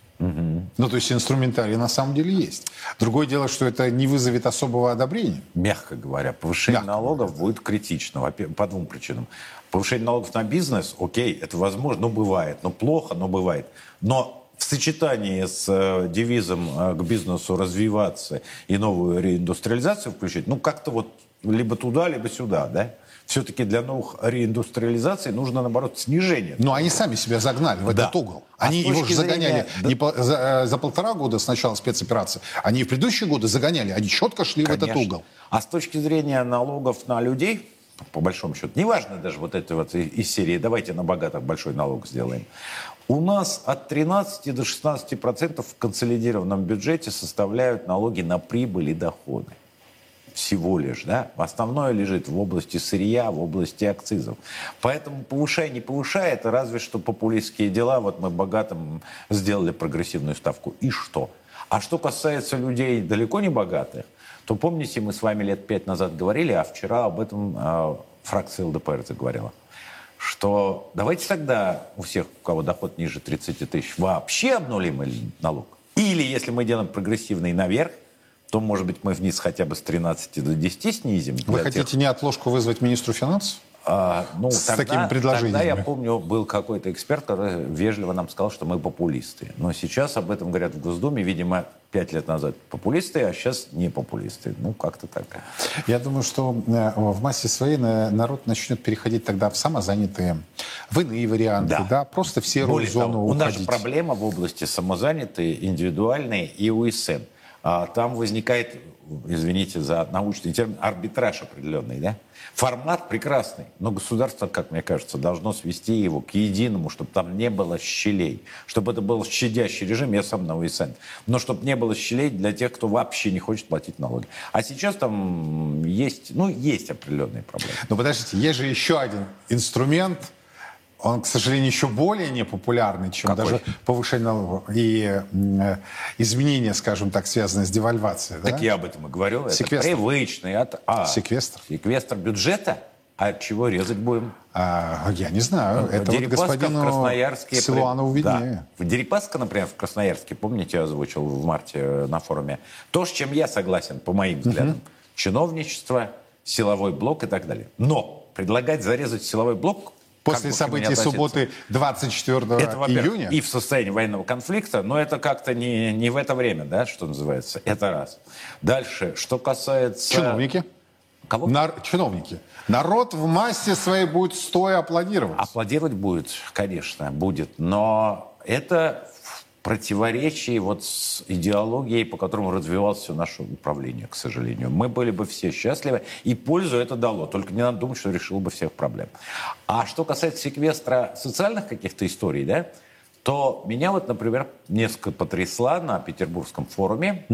Speaker 1: Ну, то есть инструментарий на самом деле есть. Другое дело, что это не вызовет особого одобрения.
Speaker 9: Мягко говоря, повышение налогов будет критично по двум причинам. Повышение налогов на бизнес, окей, это возможно, но бывает. Но плохо, но бывает. Но в сочетании с девизом к бизнесу развиваться и новую реиндустриализацию включить, ну, как-то вот либо туда, либо сюда, да? Все-таки для новых реиндустриализаций нужно, наоборот, снижение.
Speaker 1: Но они сами себя загнали в этот угол. Они его же загоняли за 1,5 года с начала спецоперации. Они и в предыдущие годы загоняли. Они четко шли в этот угол.
Speaker 9: А с точки зрения налогов на людей, по большому счету, неважно даже вот это вот из серии «давайте на богатых большой налог сделаем», у нас от 13 до 16% в консолидированном бюджете составляют налоги на прибыль и доходы. Всего лишь, да? Основное лежит в области сырья, в области акцизов. Поэтому повышай, не повышай, это разве что популистские дела. Вот мы богатым сделали прогрессивную ставку. И что? А что касается людей далеко не богатых, то помните, мы с вами лет 5 назад говорили, а вчера об этом фракция ЛДПР заговорила, что давайте тогда у всех, у кого доход ниже 30 тысяч, вообще обнулим налог. Или, если мы делаем прогрессивный наверх, то, может быть, мы вниз хотя бы с 13 до 10 снизим.
Speaker 1: Вы хотите не отложку вызвать министру финансов? С такими предложениями?
Speaker 9: Тогда, я помню, был какой-то эксперт, который вежливо нам сказал, что мы популисты. Но сейчас об этом говорят в Госдуме. Видимо, 5 лет назад популисты, а сейчас не популисты. Ну, как-то так.
Speaker 1: Я думаю, что в массе своей народ начнет переходить тогда в самозанятые, в иные варианты, да, просто в серую зону уходить.
Speaker 9: У нас же проблема в области самозанятые, индивидуальные и УСН. Там возникает, извините за научный термин, арбитраж определенный, да? Формат прекрасный, но государство, как мне кажется, должно свести его к единому, чтобы там не было щелей, чтобы это был щадящий режим, я сам на УСН, но чтобы не было щелей для тех, кто вообще не хочет платить налоги. А сейчас там есть определенные проблемы.
Speaker 1: Но подождите, есть же еще один инструмент. Он, к сожалению, еще более непопулярный, чем даже повышение налогов и изменения, скажем так, связанные с девальвацией.
Speaker 9: Так
Speaker 1: да?
Speaker 9: я об этом и говорю.
Speaker 1: Секвестр.
Speaker 9: Это привычный.
Speaker 1: Секвестр.
Speaker 9: Секвестр бюджета? А от чего резать будем?
Speaker 1: Я не знаю. Это вот господину Силуанову виднее.
Speaker 9: Да. Дерипаска, например, в Красноярске, помните, я озвучил в марте на форуме, то, с чем я согласен, по моим взглядам, чиновничество, силовой блок и так далее. Но предлагать зарезать силовой блок
Speaker 1: после событий субботы 24 июня?
Speaker 9: И в состоянии военного конфликта, но это как-то не в это время, да, что называется. Это раз. Дальше, что касается...
Speaker 1: Чиновники.
Speaker 9: Кого?
Speaker 1: Чиновники. Народ в массе своей будет стоя аплодировать.
Speaker 9: Аплодировать будет, конечно, будет. Но это в противоречии вот с идеологией, по которому развивалось все наше управление, к сожалению. Мы были бы все счастливы, и пользу это дало. Только не надо думать, что решило бы всех проблем. А что касается секвестра социальных каких-то историй, да, то меня вот, например, несколько потрясла на Петербургском форуме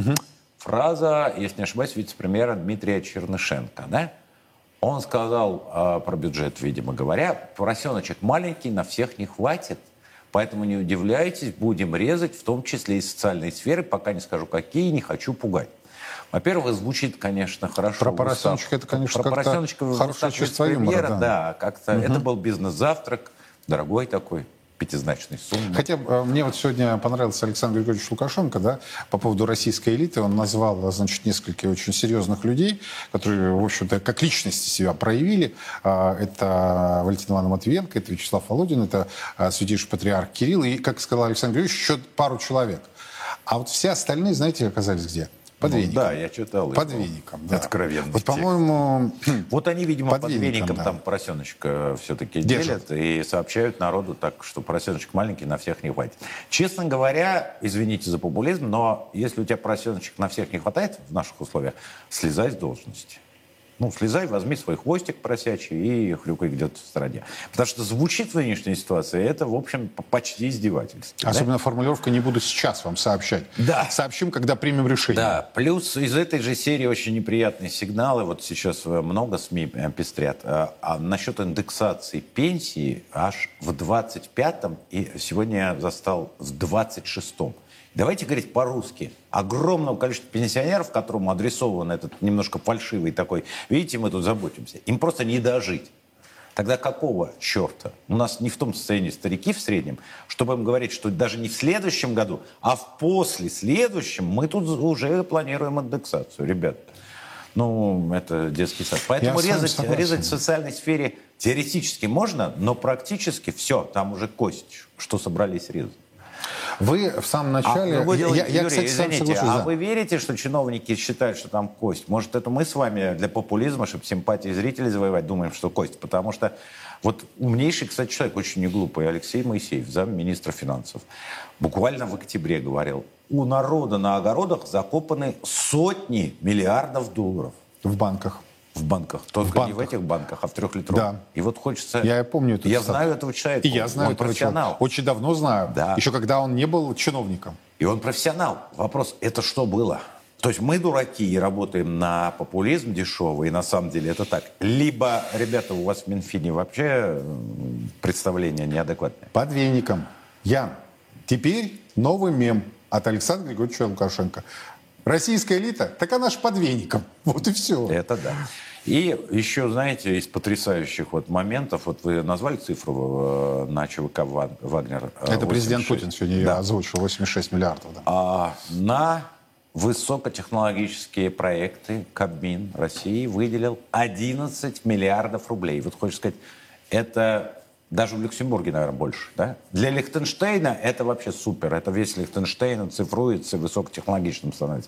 Speaker 9: фраза, если не ошибаюсь, вице-премьера Дмитрия Чернышенко, да? Он сказал про бюджет, видимо говоря, поросеночек маленький, на всех не хватит, поэтому не удивляйтесь, будем резать, в том числе и социальные сферы, пока не скажу какие, не хочу пугать. Во-первых, звучит, конечно, хорошо.
Speaker 1: Про поросеночка это, конечно, как-то хорошее чувство юмора.
Speaker 9: Да, как-то это был бизнес-завтрак, дорогой такой, пятизначной суммы.
Speaker 1: Хотя мне вот сегодня понравился Александр Григорьевич Лукашенко, да, по поводу российской элиты. Он назвал, значит, несколько очень серьезных людей, которые, в общем-то, как личности себя проявили. Это Валентин Иванович Матвиенко, это Вячеслав Володин, это святейший патриарх Кирилл и, как сказал Александр Григорьевич, еще пару человек. А вот все остальные, знаете, оказались где? Под веником.
Speaker 9: Да, я читал.
Speaker 1: Под веником, да.
Speaker 9: Откровенно.
Speaker 1: Вот, по-моему...
Speaker 9: Вот они, видимо, под веником
Speaker 1: да.
Speaker 9: Там поросеночка все-таки делят и сообщают народу так, что поросеночек маленький, на всех не хватит. Честно говоря, извините за популизм, но если у тебя поросеночек на всех не хватает в наших условиях, слезай с должности. Ну, слезай, возьми свой хвостик поросячий и хрюкай где-то в стороне. Потому что звучит в нынешней ситуации, это, в общем, почти издевательство.
Speaker 1: Особенно формулировка «не буду сейчас вам сообщать».
Speaker 9: Да.
Speaker 1: Сообщим, когда примем решение.
Speaker 9: Да, плюс из этой же серии очень неприятные сигналы. Вот сейчас много СМИ пестрят. А насчет индексации пенсии аж в 25-м, и сегодня я застал в 26-м. Давайте говорить по-русски. Огромного количества пенсионеров, которому адресован этот немножко фальшивый такой, видите, мы тут заботимся, им просто не дожить. Тогда какого черта? У нас не в том состоянии старики в среднем, чтобы им говорить, что даже не в следующем году, а в послеследующем мы тут уже планируем индексацию, ребят. Ну, это детский сад. Поэтому резать в социальной сфере теоретически можно, но практически все, там уже кость, что собрались резать.
Speaker 1: Вы в самом начале...
Speaker 9: Я, кстати, извините, вы верите, что чиновники считают, что там кость? Может, это мы с вами для популизма, чтобы симпатии зрителей завоевать, думаем, что кость? Потому что вот умнейший, кстати, человек, очень неглупый, Алексей Моисеев, замминистра финансов, буквально в октябре говорил, у народа на огородах закопаны сотни миллиардов долларов.
Speaker 1: В банках.
Speaker 9: В банках. Только не в этих банках, а в 3-литровых. Да. И вот хочется...
Speaker 1: Я помню это.
Speaker 9: Я знаю этого человека.
Speaker 1: И я знаю этого человека. Очень давно знаю. Да. Еще когда он не был чиновником.
Speaker 9: И он профессионал. Вопрос, это что было? То есть мы дураки и работаем на популизм дешевый, и на самом деле это так. Либо, ребята, у вас в Минфине вообще представление неадекватное.
Speaker 1: Под веником. Ян, теперь новый мем от Александра Григорьевича Лукашенко. Российская элита, так она ж под веником. Вот и все.
Speaker 9: Это да. И еще, знаете, из потрясающих вот моментов, вот вы назвали цифру на ЧВК «Вагнер».
Speaker 1: Это
Speaker 9: 86.
Speaker 1: президент Путин сегодня
Speaker 9: да.
Speaker 1: озвучил, 86 миллиардов. Да.
Speaker 9: На высокотехнологические проекты Кабмин России выделил 11 миллиардов рублей. Вот хочешь сказать, это даже в Люксембурге, наверное, больше. Да? Для Лихтенштейна это вообще супер. Это весь Лихтенштейн цифруется, высокотехнологичным становится.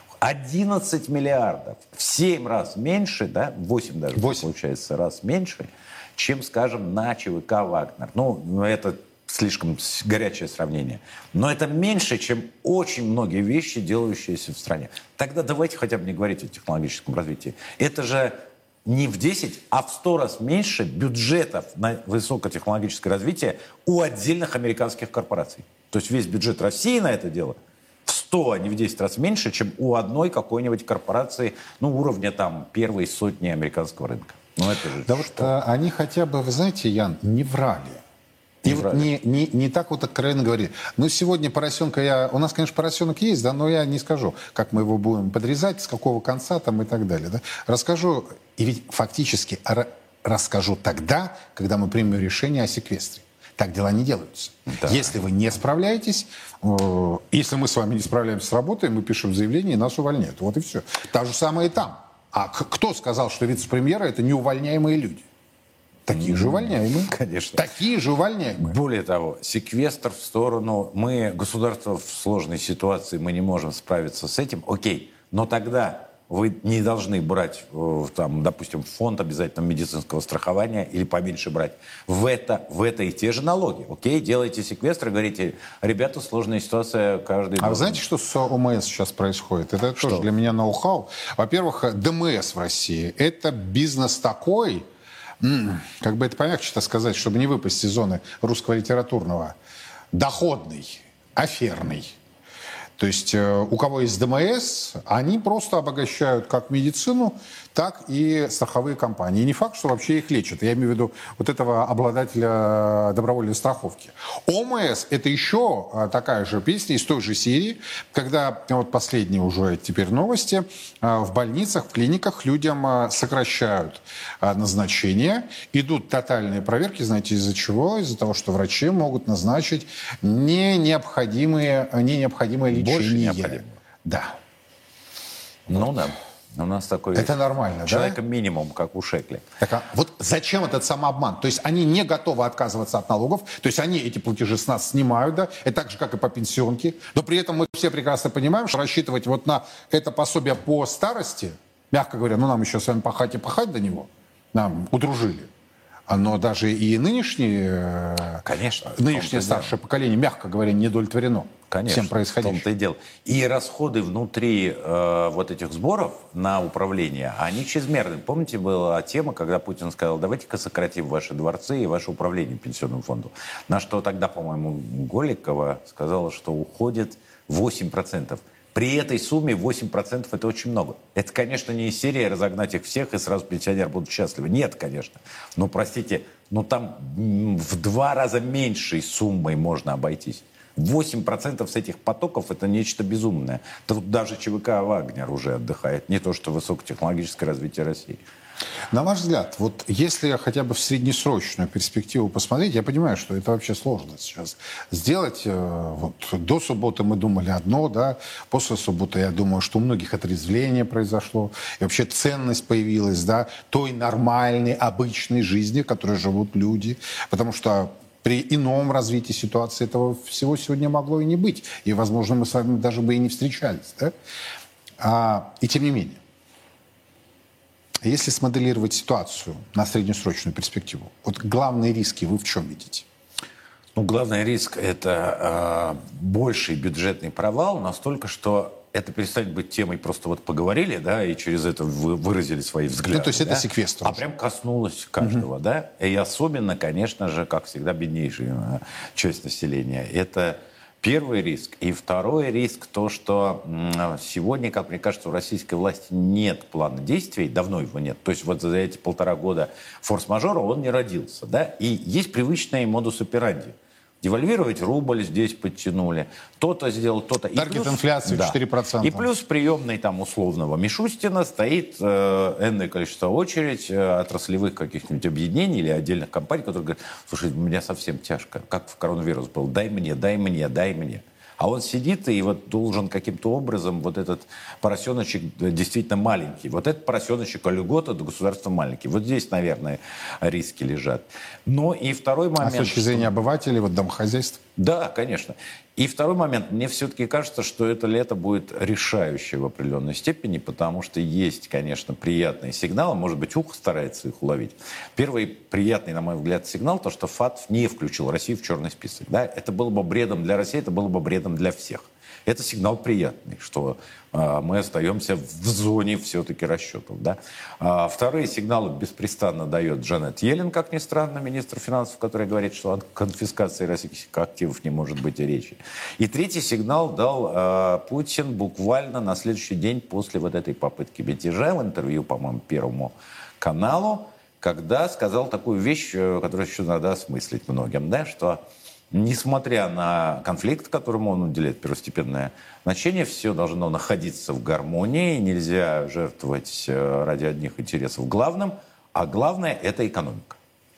Speaker 9: 11 миллиардов. В 7 раз меньше, да, 8 даже 8. Получается, раз меньше, чем, скажем, на ЧВК «Вагнер». Ну, это слишком горячее сравнение. Но это меньше, чем очень многие вещи, делающиеся в стране. Тогда давайте хотя бы не говорить о технологическом развитии. Это же не в 10, а в 100 раз меньше бюджетов на высокотехнологическое развитие у отдельных американских корпораций. То есть весь бюджет России на это дело в 100, а не в 10 раз меньше, чем у одной какой-нибудь корпорации, ну, уровня там первой сотни американского рынка. Ну, это же
Speaker 1: да вот они хотя бы, вы знаете, Ян, не врали. И вот не так вот откровенно говорили. Ну, сегодня поросенка у нас, конечно, поросенок есть, да, но я не скажу, как мы его будем подрезать, с какого конца там и так далее. Да. Расскажу, и ведь фактически расскажу тогда, когда мы примем решение о секвестре. Так дела не делаются. Да. Если вы не справляетесь, если мы с вами не справляемся с работой, мы пишем заявление, и нас увольняют. Вот и все. Так же самое и там. А кто сказал, что вице-премьеры — это неувольняемые люди? Такие же увольняемые.
Speaker 9: Конечно.
Speaker 1: Такие же увольняемые.
Speaker 9: Более того, секвестр в сторону. Государство в сложной ситуации, мы не можем справиться с этим. Окей, но тогда вы не должны брать, там, допустим, фонд обязательно медицинского страхования или поменьше брать. В это и те же налоги. Окей, делайте секвестр и говорите, ребята, сложная ситуация, каждый...
Speaker 1: А вы знаете, что с ОМС сейчас происходит? Это тоже для меня ноу-хау. Во-первых, ДМС в России — это бизнес такой... как бы это помягче-то сказать, чтобы не выпасть из зоны русского литературного, доходный, аферный. То есть у кого есть ДМС, они просто обогащают как медицину, так и страховые компании. И не факт, что вообще их лечат. Я имею в виду вот этого обладателя добровольной страховки. ОМС — это еще такая же песня из той же серии, когда вот последние уже теперь новости, в больницах, в клиниках людям сокращают назначения, идут тотальные проверки, знаете, из-за чего? Из-за того, что врачи могут назначить необходимое лечение.
Speaker 9: Больше необходимо.
Speaker 1: Да.
Speaker 9: Ну да. У нас такой...
Speaker 1: Это нормально,
Speaker 9: человека
Speaker 1: да?
Speaker 9: минимум, как у Шекли.
Speaker 1: Так, а вот зачем этот самообман? То есть они не готовы отказываться от налогов, то есть они эти платежи с нас снимают, да? Это так же, как и по пенсионке. Но при этом мы все прекрасно понимаем, что рассчитывать вот на это пособие по старости, мягко говоря, ну нам еще с вами пахать и пахать до него, нам удружили. Но даже и нынешнее старшее поколение, мягко говоря, не удовлетворено.
Speaker 9: Конечно,
Speaker 1: всем происходящим.
Speaker 9: В том-то и дело. И расходы внутри вот этих сборов на управление, они чрезмерны. Помните, была тема, когда Путин сказал, давайте-ка сократим ваши дворцы и ваше управление пенсионным фондом. На что тогда, по-моему, Голикова сказала, что уходит 8%. При этой сумме 8% это очень много. Это, конечно, не из серии разогнать их всех, и сразу пенсионеры будут счастливы. Нет, конечно. Но, простите, там в 2 раза меньшей суммой можно обойтись. 8% с этих потоков — это нечто безумное. Тут даже ЧВК «Вагнер» уже отдыхает, не то что высокотехнологическое развитие России.
Speaker 1: На ваш взгляд, вот если хотя бы в среднесрочную перспективу посмотреть, я понимаю, что это вообще сложно сейчас сделать. Вот до субботы мы думали одно, да, после субботы, я думаю, что у многих отрезвление произошло, и вообще ценность появилась, да, той нормальной, обычной жизни, в которой живут люди, потому что при ином развитии ситуации этого всего сегодня могло и не быть. И, возможно, мы с вами даже бы и не встречались. Да? И тем не менее, если смоделировать ситуацию на среднесрочную перспективу, вот главные риски вы в чем видите?
Speaker 9: Ну, главный риск — это больший бюджетный провал, настолько, что это перестанет быть темой, просто вот поговорили, да, и через это выразили свои взгляды.
Speaker 1: Ну, то есть
Speaker 9: да?
Speaker 1: это секвестр.
Speaker 9: А прям коснулось каждого, да. И особенно, конечно же, как всегда, беднейшая часть населения. Это первый риск. И второй риск — то, что сегодня, как мне кажется, у российской власти нет плана действий, давно его нет. То есть вот за эти 1,5 года форс-мажора он не родился, да. И есть привычный модус операнди. Девальвировать рубль здесь подтянули. То-то сделал, то-то.
Speaker 1: Таргет инфляции 4%.
Speaker 9: И плюс приемный там условного Мишустина стоит энное количество очередь отраслевых каких-нибудь объединений или отдельных компаний, которые говорят: слушай, у меня совсем тяжко, как в коронавирус был, дай мне, дай мне, дай мне. А он сидит и вот должен каким-то образом вот этот поросеночек действительно маленький. Вот этот поросеночек льгота до государства маленький. Вот здесь, наверное, риски лежат. Но и второй момент...
Speaker 1: А с точки зрения обывателей, вот домохозяйств?
Speaker 9: Да, конечно. И второй момент. Мне все-таки кажется, что это лето будет решающее в определенной степени, потому что есть, конечно, приятные сигналы. Может быть, ухо старается их уловить. Первый приятный, на мой взгляд, сигнал, то, что ФАТФ не включил Россию в черный список. Да? Это было бы бредом для России, это было бы бредом для всех. Это сигнал приятный, что мы остаемся в зоне все-таки расчетов. Да? Вторые сигналы беспрестанно дает Джанет Йеллен, как ни странно, министр финансов, который говорит, что о конфискации российских активов не может быть и речи. И третий сигнал дал Путин буквально на следующий день после вот этой попытки мятежа в интервью, по-моему, Первому каналу, когда сказал такую вещь, которую еще надо осмыслить многим, да, что несмотря на конфликт, которому он уделяет первостепенное значение, все должно находиться в гармонии, нельзя жертвовать ради одних интересов главным, а главное – это экономика.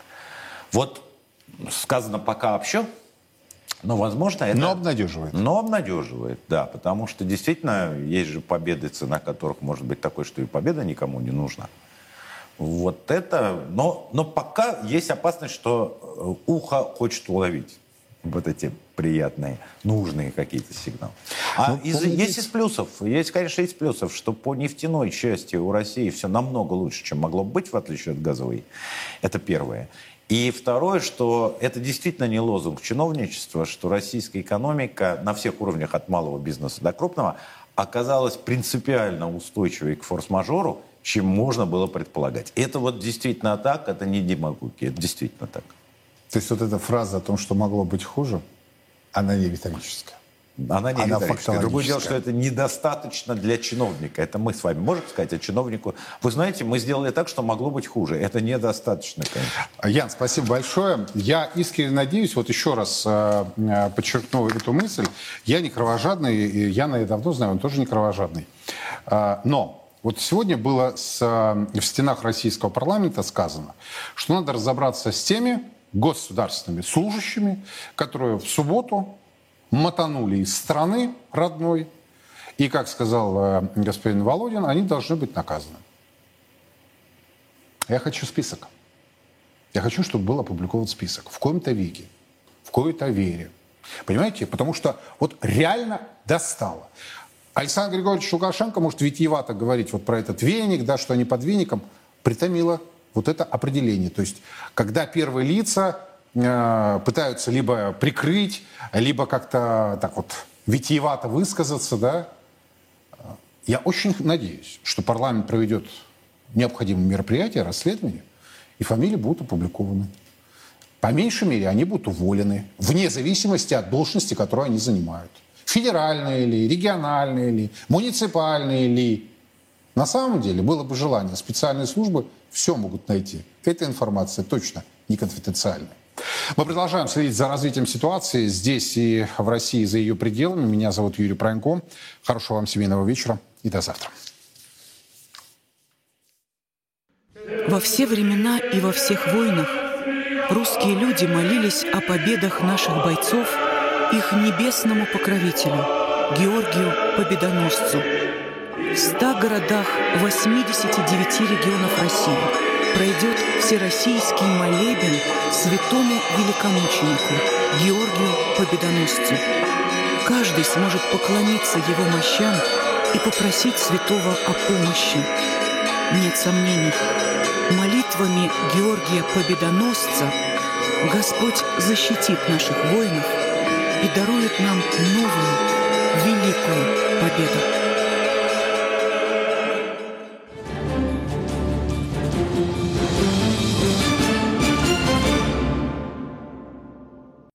Speaker 9: Вот сказано пока общо, но, возможно, это...
Speaker 1: Но обнадеживает.
Speaker 9: Но обнадеживает, да, потому что действительно есть же победы, цена которых может быть такой, что и победа никому не нужна. Вот это... Но пока есть опасность, что ухо хочет уловить вот эти приятные, нужные какие-то сигналы. Есть из плюсов, конечно, из плюсов, что по нефтяной части у России все намного лучше, чем могло быть, в отличие от газовой. Это первое. И второе, что это действительно не лозунг чиновничества, что российская экономика на всех уровнях от малого бизнеса до крупного оказалась принципиально устойчивой к форс-мажору, чем можно было предполагать. Это вот действительно так, это не демагогия, это действительно так.
Speaker 1: То есть вот эта фраза о том, что могло быть хуже, она не риторическая.
Speaker 9: Она не риторическая. Другое дело, что
Speaker 1: фактологическая.
Speaker 9: это недостаточно для чиновника. Это мы с вами можем сказать, а чиновнику... Вы знаете, мы сделали так, что могло быть хуже. Это недостаточно, конечно.
Speaker 1: Ян, спасибо большое. Я искренне надеюсь, вот еще раз подчеркну эту мысль. Я не кровожадный, и Яна я давно знаю, он тоже не кровожадный. Но вот сегодня было в стенах российского парламента сказано, что надо разобраться с теми государственными служащими, которые в субботу мотанули из страны родной. И, как сказал господин Володин, они должны быть наказаны. Я хочу список. Я хочу, чтобы был опубликован список. В коем-то веке, в коей-то вере. Понимаете? Потому что вот реально достало. Александр Григорьевич Лукашенко может витиевато говорить вот про этот веник, да, что они под веником. Притомило вот это определение. То есть, когда первые лица пытаются либо прикрыть, либо как-то так вот витиевато высказаться, да, я очень надеюсь, что парламент проведет необходимые мероприятия, расследования, и фамилии будут опубликованы. По меньшей мере, они будут уволены, вне зависимости от должности, которую они занимают. Федеральные ли, региональные ли, муниципальные ли. На самом деле, было бы желание, специальные службы все могут найти. Эта информация точно не конфиденциальная. Мы продолжаем следить за развитием ситуации здесь и в России, за ее пределами. Меня зовут Юрий Пронько. Хорошего вам семейного вечера и до завтра.
Speaker 10: Во все времена и во всех войнах русские люди молились о победах наших бойцов их небесному покровителю, Георгию Победоносцу. В 100 городах 89 регионов России пройдет всероссийский молебен святому великомученику Георгию Победоносцу. Каждый сможет поклониться его мощам и попросить святого о помощи. Нет сомнений, молитвами Георгия Победоносца Господь защитит наших воинов и дарует нам новую, великую победу.